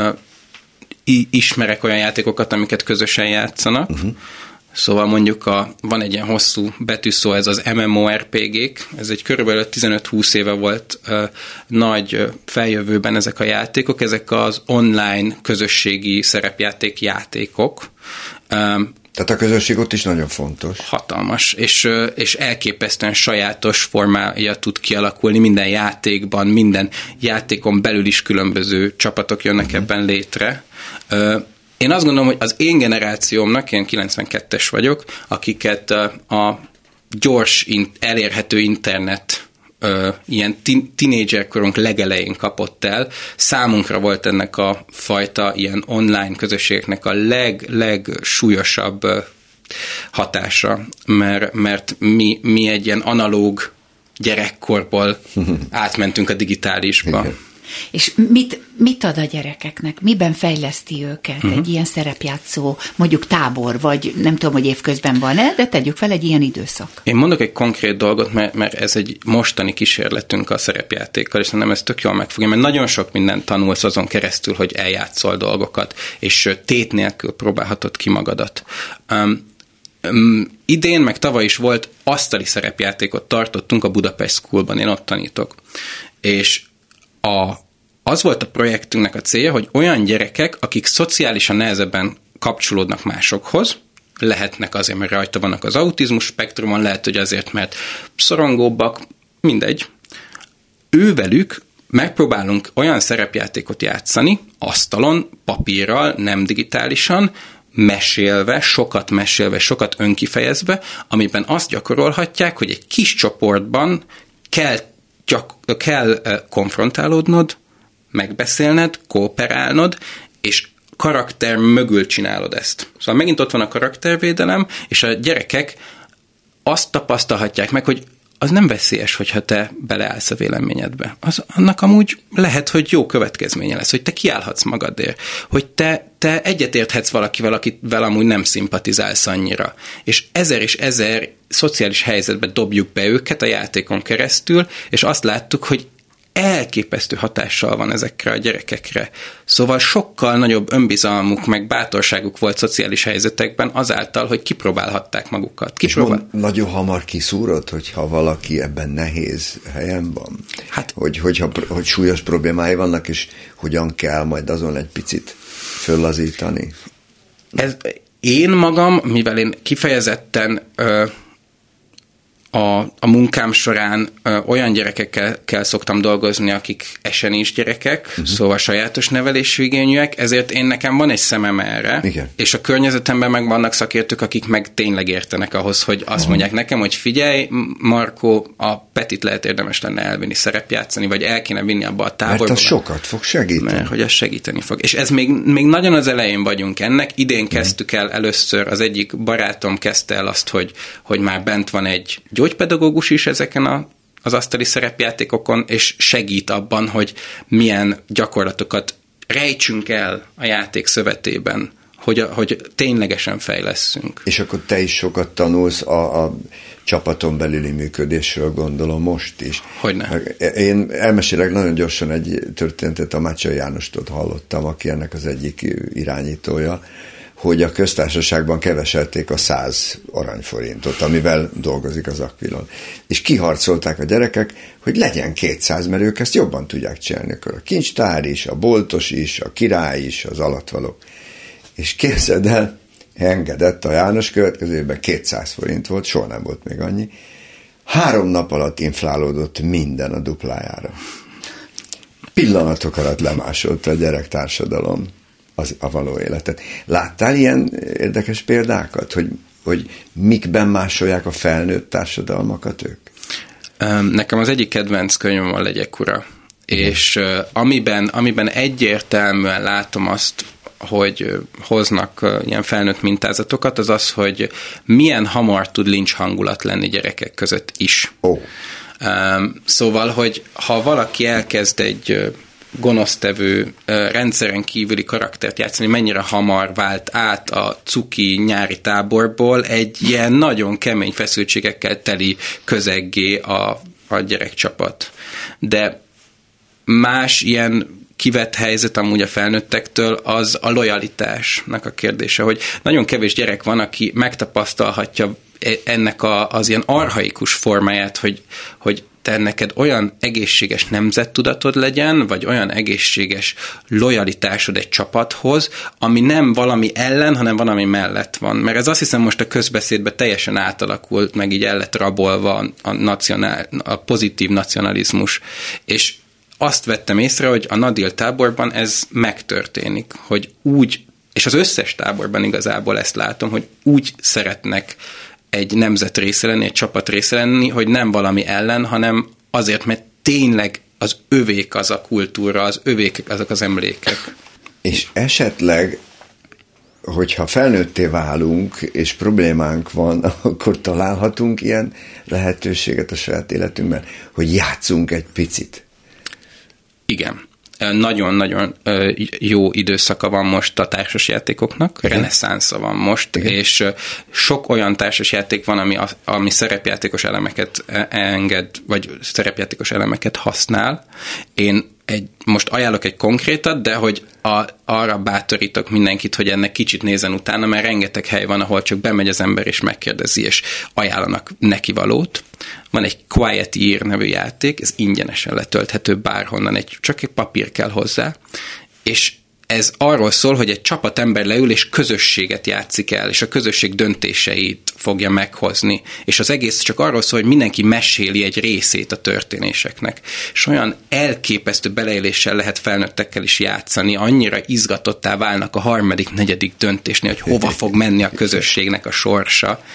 ismerek olyan játékokat, amiket közösen játszanak. Szóval mondjuk van egy ilyen hosszú betűszó, ez az MMORPG-k, ez egy körülbelül 15-20 éve volt nagy feljövőben ezek a játékok, ezek az online közösségi szerepjátékok. Tehát a közösség ott is nagyon fontos. Hatalmas, és elképesztően sajátos formája tud kialakulni minden játékban, minden játékon belül is különböző csapatok jönnek ebben létre. Én azt gondolom, hogy az én generációmnak, én 92-es vagyok, akiket a gyors, elérhető internet ilyen tínédzserkorunk legelején kapott el, számunkra volt ennek a fajta ilyen online közösségeknek a legsúlyosabb hatása, mert mi egy ilyen analóg gyerekkorból átmentünk a digitálisba. Igen. És mit ad a gyerekeknek? Miben fejleszti őket egy ilyen szerepjátszó, mondjuk tábor, vagy nem tudom, hogy évközben van-e, de tegyük fel egy ilyen időszak. Én mondok egy konkrét dolgot, mert ez egy mostani kísérletünk a szerepjátékkal, és nem ez tök jól megfogja, mert nagyon sok mindent tanulsz azon keresztül, hogy eljátszol dolgokat, és tét nélkül próbálhatod ki magadat. Idén, meg tavaly is volt asztali szerepjátékot tartottunk a Budapest Schoolban, én ott tanítok. És az volt a projektünknek a célja, hogy olyan gyerekek, akik szociálisan nehezebben kapcsolódnak másokhoz, lehetnek azért, mert rajta vannak az autizmus spektrumon, lehet, hogy azért, mert szorongóbbak, mindegy. Ővelük megpróbálunk olyan szerepjátékot játszani, asztalon, papírral, nem digitálisan, mesélve, sokat önkifejezve, amiben azt gyakorolhatják, hogy egy kis csoportban kell konfrontálódnod, megbeszélned, kooperálnod, és karakter mögül csinálod ezt. Szóval megint ott van a karaktervédelem, és a gyerekek azt tapasztalhatják meg, hogy az nem veszélyes, hogyha te beleállsz a véleményedbe. Annak amúgy lehet, hogy jó következménye lesz, hogy te kiállhatsz magadért, hogy te egyetérthetsz valakivel, akivel amúgy nem szimpatizálsz annyira. És ezer szociális helyzetbe dobjuk be őket a játékon keresztül, és azt láttuk, hogy elképesztő hatással van ezekre a gyerekekre. Szóval sokkal nagyobb önbizalmuk, meg bátorságuk volt szociális helyzetekben azáltal, hogy kipróbálhatták magukat. És nagyon hamar kiszúrod, hogyha valaki ebben nehéz helyen van? Hát, hogy súlyos problémái vannak, és hogyan kell majd azon egy picit föllazítani? Én magam, mivel én kifejezetten a munkám során olyan gyerekekkel szoktam dolgozni, akik esenis gyerekek, szóval sajátos nevelésű igényűek, ezért nekem van egy szemem erre, igen. És a környezetemben meg vannak szakértők, akik meg tényleg értenek ahhoz, hogy azt mondják nekem, hogy figyelj, Markó, a Petit lehet érdemes lenne elvinni szerepjátszani, vagy el kéne vinni abba a táborba. Mert az sokat fog segíteni. Mert hogy az segíteni fog. És ez még nagyon az elején vagyunk ennek. Idén kezdtük el először, az egyik barátom kezdte el azt, hogy már bent van egy gyógypedagógus is ezeken az asztali szerepjátékokon, és segít abban, hogy milyen gyakorlatokat rejtsünk el a játék szövetében, hogy ténylegesen fejlesszünk. És akkor te is sokat tanulsz a csapaton belüli működésről, gondolom most is. Hogyne. Én elmesélek nagyon gyorsan egy történetet, a Mácsai Jánostól hallottam, aki ennek az egyik irányítója, hogy a köztársaságban keveselték a 100 aranyforintot, amivel dolgozik az Aquilon. És kiharcolták a gyerekek, hogy legyen 200, mert ők ezt jobban tudják csinálni. Akkor a kincstár is, a boltos is, a király is, az alattvalók. És képzeld el, engedett a János, következő évben 200 forint volt, soha nem volt még annyi. 3 nap alatt inflálódott minden a duplájára. Pillanatok alatt lemásolta a gyerektársadalom a való életet. Láttál ilyen érdekes példákat, hogy mikben másolják a felnőtt társadalmakat ők? Nekem az egyik kedvenc könyvem a Legyek ura, és amiben egyértelműen látom azt, hogy hoznak ilyen felnőtt mintázatokat, az az, hogy milyen hamar tud lincs hangulat lenni gyerekek között is. Oh. Szóval, hogy ha valaki elkezd egy gonosztevő, rendszeren kívüli karaktert játszani, mennyire hamar vált át a cuki nyári táborból egy ilyen nagyon kemény feszültségekkel teli közeggé a gyerekcsapat. De más ilyen kivett helyzet amúgy a felnőttektől az a lojalitásnak a kérdése, hogy nagyon kevés gyerek van, aki megtapasztalhatja ennek az ilyen archaikus formáját, hogy te neked olyan egészséges nemzettudatod legyen, vagy olyan egészséges lojalitásod egy csapathoz, ami nem valami ellen, hanem valami mellett van. Mert ez azt hiszem most a közbeszédben teljesen átalakult, meg így el lett rabolva a pozitív nacionalizmus. És azt vettem észre, hogy a Nadil táborban ez megtörténik, hogy úgy, és az összes táborban igazából ezt látom, hogy úgy szeretnek egy nemzet része lenni, egy csapat része lenni, hogy nem valami ellen, hanem azért, mert tényleg az övék az a kultúra, az övék azok az emlékek. És esetleg, hogyha felnőtté válunk, és problémánk van, akkor találhatunk ilyen lehetőséget a saját életünkben, hogy játszunk egy picit. Igen. Nagyon-nagyon jó időszaka van most a társasjátékoknak, reneszánsza van most, és sok olyan társasjáték van, ami szerepjátékos elemeket enged, vagy szerepjátékos elemeket használ. Én most ajánlok egy konkrétat, de hogy arra bátorítok mindenkit, hogy ennek kicsit nézzen utána, mert rengeteg hely van, ahol csak bemegy az ember és megkérdezi, és ajánlanak neki valót. Van egy Quiet Year nevű játék, ez ingyenesen letölthető bárhonnan, csak egy papír kell hozzá, és ez arról szól, hogy egy csapat ember leül, és közösséget játszik el, és a közösség döntéseit fogja meghozni. És az egész csak arról szól, hogy mindenki meséli egy részét a történéseknek. És olyan elképesztő beleéléssel lehet felnőttekkel is játszani, annyira izgatottá válnak a 3., 4. döntésnél, hogy hova fog menni a közösségnek a sorsa.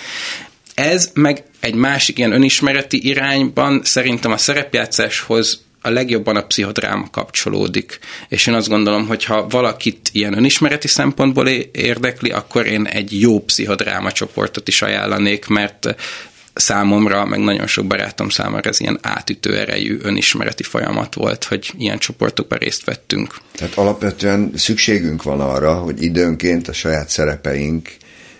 Ez meg egy másik ilyen önismereti irányban szerintem a szerepjátszáshoz a legjobban a pszichodráma kapcsolódik. És én azt gondolom, hogy ha valakit ilyen önismereti szempontból érdekli, akkor én egy jó pszichodráma csoportot is ajánlanék, mert számomra, meg nagyon sok barátom számára ez ilyen átütő erejű önismereti folyamat volt, hogy ilyen csoportokban részt vettünk. Tehát alapvetően szükségünk van arra, hogy időnként a saját szerepeink,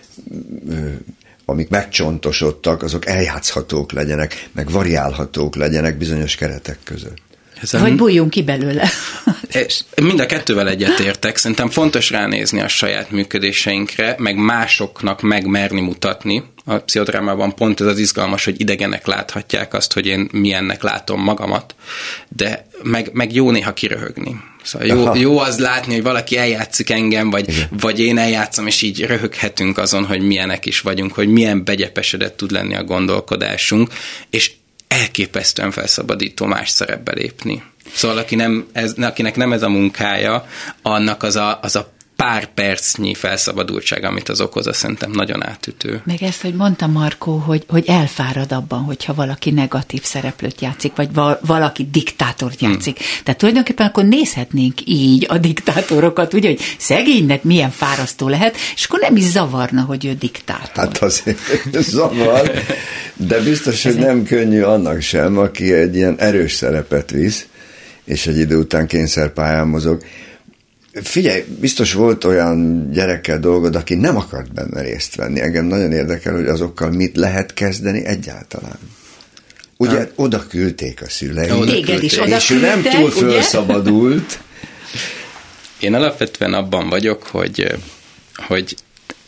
amik megcsontosodtak, azok eljátszhatók legyenek, meg variálhatók legyenek bizonyos keretek között. Vagy bújjunk ki belőle. Mind a kettővel egyetértek. Szerintem fontos ránézni a saját működéseinkre, meg másoknak megmerni mutatni. A pszichodrámában pont ez az izgalmas, hogy idegenek láthatják azt, hogy én milyennek látom magamat, de meg jó néha kiröhögni. Szóval jó az látni, hogy valaki eljátszik engem, vagy én eljátszom, és így röhöghetünk azon, hogy milyenek is vagyunk, hogy milyen begyepesedett tud lenni a gondolkodásunk, és elképesztően felszabadító más szerepbe lépni. Szóval akinek nem ez a munkája, annak az a pár percnyi felszabadultság, amit az okoz, szerintem nagyon átütő. Meg ezt, hogy mondta Markó, hogy elfárad abban, hogyha valaki negatív szereplőt játszik, vagy valaki diktátort játszik. Tehát tulajdonképpen akkor nézhetnénk így a diktátorokat, ugye, hogy szegénynek milyen fárasztó lehet, és akkor nem is zavarna, hogy ő diktátor. Hát azért zavar, de biztos, hogy nem könnyű annak sem, aki egy ilyen erős szerepet visz, és egy idő után kényszerpályán mozog. Figyelj, biztos volt olyan gyerekkel dolgod, aki nem akart benne részt venni. Engem nagyon érdekel, hogy azokkal mit lehet kezdeni egyáltalán. Ugye oda küldték a szülei. Téged is oda és ő nem túl felszabadult. Én alapvetően abban vagyok, hogy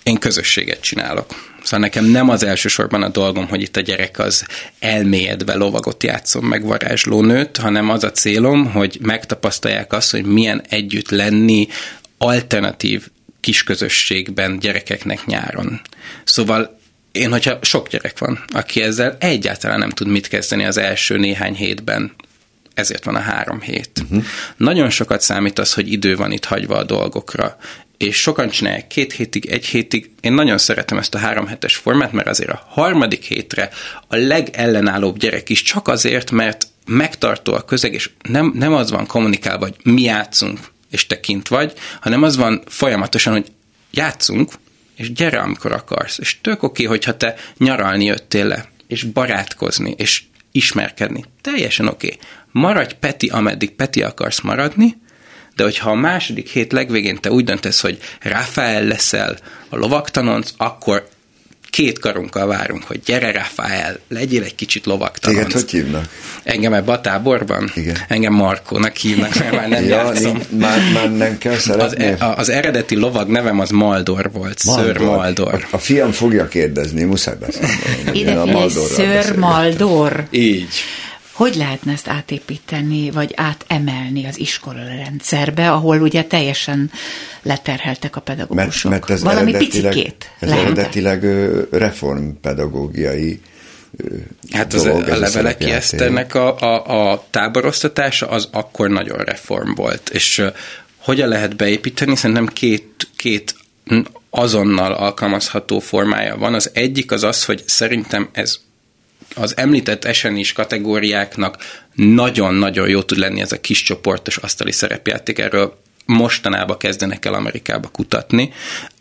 én közösséget csinálok. Szóval nekem nem az elsősorban a dolgom, hogy itt a gyerek az elmélyedve lovagot játszom meg varázslónőt, hanem az a célom, hogy megtapasztalják azt, hogy milyen együtt lenni alternatív kisközösségben gyerekeknek nyáron. Szóval hogyha sok gyerek van, aki ezzel egyáltalán nem tud mit kezdeni az első néhány hétben, ezért van a 3 hét. Nagyon sokat számít az, hogy idő van itt hagyva a dolgokra, és sokan csinálják 2 hétig, 1 hétig. Én nagyon szeretem ezt a 3 hetes formát, mert azért a 3. hétre a legellenállóbb gyerek is csak azért, mert megtartó a közeg, és nem az van kommunikálva, hogy mi játszunk, és te kint vagy, hanem az van folyamatosan, hogy játszunk, és gyere, amikor akarsz. És tök oké, hogyha te nyaralni jöttél le, és barátkozni, és ismerkedni. Teljesen oké. Maradj Peti, ameddig Peti akarsz maradni, de hogyha a 2. hét legvégén te úgy döntesz, hogy Rafael leszel a lovagtanonc, akkor 2 karunkkal várunk, hogy gyere Rafael, legyél egy kicsit lovagtanonc. Téged hogy hívnak? Engem ebbe a táborban? Igen. Engem Markónak hívnak, mert már nem játszom. Már nem kell szeretni? Az eredeti lovag nevem az Maldor volt, Ször Maldor. A fiam fogja kérdezni, muszáj beszélni. Ide figyelj, Ször Maldor. Így. Hogy lehetne ezt átépíteni, vagy átemelni az iskolarendszerbe, ahol ugye teljesen leterheltek a pedagógusok? Mert ez valami picikét ez eredetileg reformpedagógiai hát a Leveleki Eszternek a táborosztatása az akkor nagyon reform volt, és hogyan lehet beépíteni? Szerintem két azonnal alkalmazható formája van. Az egyik az, hogy szerintem ez az említett esenis kategóriáknak nagyon-nagyon jó tud lenni ez a kis csoportos asztali szerepjáték. Erről mostanában kezdenek el Amerikába kutatni,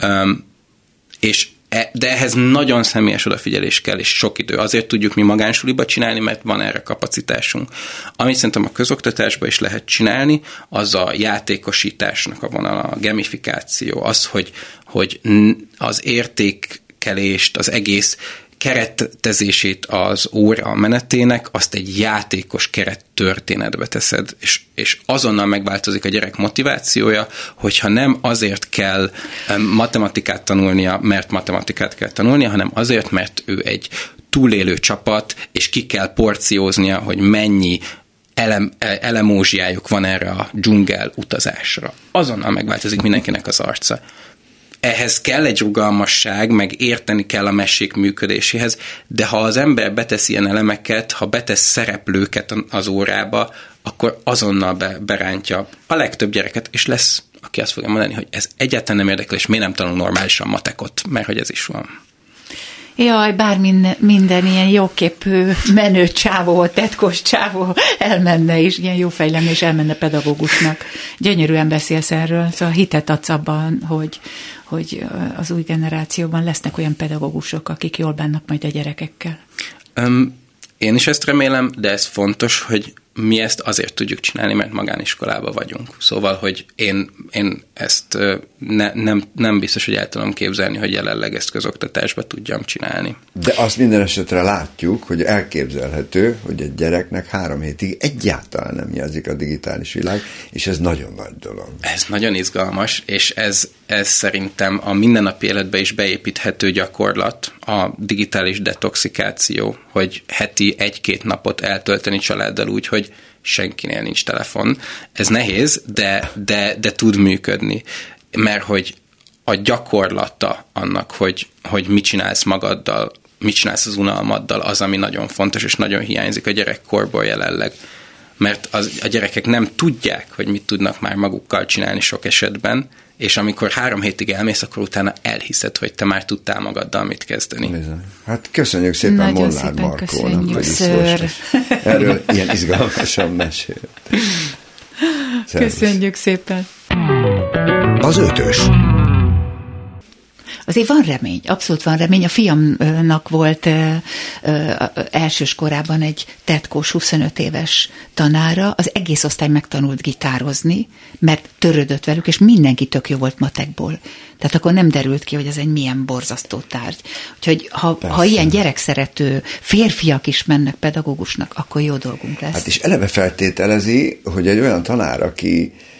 de ehhez nagyon személyes odafigyelés kell, és sok idő. Azért tudjuk mi magánsuliba csinálni, mert van erre kapacitásunk. Amit szerintem a közoktatásban is lehet csinálni, az a játékosításnak a vonala, a gamifikáció, az, hogy az értékelést, az egész keretezését az óra menetének, azt egy játékos keret történetbe teszed, és azonnal megváltozik a gyerek motivációja, hogyha nem azért kell matematikát tanulnia, mert matematikát kell tanulnia, hanem azért, mert ő egy túlélő csapat, és ki kell porcióznia, hogy mennyi elemózsiájuk van erre a dzsungel utazásra. Azonnal megváltozik mindenkinek az arca. Ehhez kell egy rugalmasság, meg érteni kell a mesék működéséhez, de ha az ember betesz ilyen elemeket, ha betesz szereplőket az órába, akkor azonnal berántja a legtöbb gyereket, és lesz, aki azt fogja mondani, hogy ez egyáltalán nem érdekel, és miért nem tanul normálisan matekot, mert hogy ez is van. Jaj, bár minden ilyen jóképű menő csávó, tetkos csávó elmenne is, ilyen jó fej lenne, és elmenne pedagógusnak. Gyönyörűen beszélsz erről, szóval hitet adsz abban, hogy az új generációban lesznek olyan pedagógusok, akik jól bánnak majd a gyerekekkel. Én is ezt remélem, de ez fontos, hogy mi ezt azért tudjuk csinálni, mert magániskolában vagyunk. Szóval, hogy én ezt nem biztos, hogy el tudom képzelni, hogy jelenleg ezt közoktatásba tudjam csinálni. De azt minden esetre látjuk, hogy elképzelhető, hogy egy gyereknek 3 hétig egyáltalán nem jelzik a digitális világ, és ez nagyon nagy dolog. Ez nagyon izgalmas, és ez szerintem a mindennapi életbe is beépíthető gyakorlat, a digitális detoxikáció, hogy heti 1-2 napot eltölteni családdal úgy, hogy senkinél nincs telefon. Ez nehéz, de tud működni, mert hogy a gyakorlata annak, hogy mit csinálsz magaddal, mit csinálsz az unalmaddal, az, ami nagyon fontos, és nagyon hiányzik a gyerekkorból jelenleg. Mert a gyerekek nem tudják, hogy mit tudnak már magukkal csinálni sok esetben, és amikor 3 hétig elmész, akkor utána elhiszed, hogy te már tudtál magaddal mit kezdeni. Bizony. Hát köszönjük szépen Molnár Markónak, hogy erről ilyen izgalmasan mesélt. Köszönjük szépen. Az 5. Azért van remény, abszolút van remény. A fiamnak volt elsős korában egy tetkós 25 éves tanára, az egész osztály megtanult gitározni, mert törődött velük, és mindenki tök jó volt matekból. Tehát akkor nem derült ki, hogy ez egy milyen borzasztó tárgy. Úgyhogy ha ilyen gyerekszerető férfiak is mennek pedagógusnak, akkor jó dolgunk lesz. Hát és eleve feltételezi, hogy egy olyan tanár, aki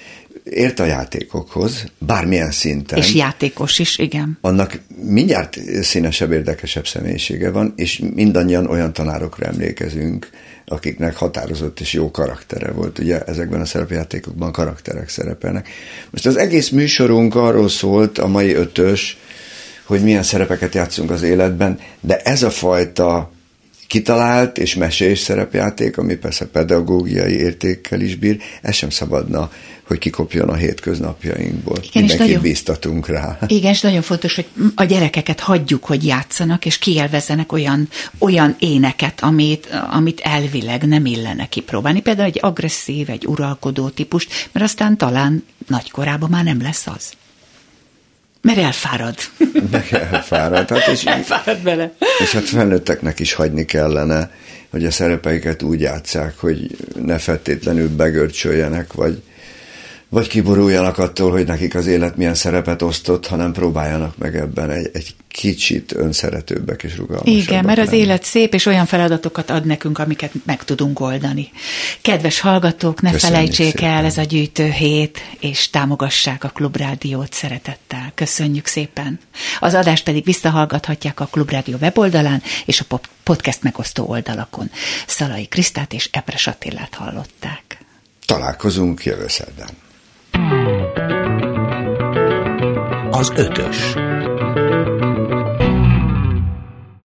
ért a játékokhoz, bármilyen szinten. És játékos is, igen. Annak mindjárt színesebb, érdekesebb személyisége van, és mindannyian olyan tanárokra emlékezünk, akiknek határozott és jó karaktere volt. Ugye ezekben a szerepjátékokban karakterek szerepelnek. Most az egész műsorunk arról szólt, a mai 5-ös, hogy milyen szerepeket játszunk az életben, de ez a fajta kitalált és mesés szerepjáték, ami persze pedagógiai értékkel is bír, ez sem szabadna, hogy kikopjon a hétköznapjainkból. Igen, mindenkit bíztatunk rá. Igen, és nagyon fontos, hogy a gyerekeket hagyjuk, hogy játszanak, és kielvezzenek olyan éneket, amit elvileg nem illene kipróbálni. Például egy agresszív, egy uralkodó típust, mert aztán talán nagykorában már nem lesz az. Mert elfárad. Elfárad. Hát elfárad bele. És hát felnőtteknek is hagyni kellene, hogy a szerepeiket úgy játsszák, hogy ne feltétlenül begörcsöljenek, vagy kiboruljanak attól, hogy nekik az élet milyen szerepet osztott, hanem próbáljanak meg ebben egy kicsit önszeretőbbek és rugalmasabbak. Igen, mert az élet szép, és olyan feladatokat ad nekünk, amiket meg tudunk oldani. Kedves hallgatók, ne felejtsék szépen el ez a gyűjtőhét, és támogassák a Klubrádiót szeretettel. Köszönjük szépen. Az adást pedig visszahallgathatják a Klubrádió weboldalán és a podcast megosztó oldalakon. Szalai Krisztát és Epres Attilát hallották. Találkozunk jövő szerdán. Az 5-ös.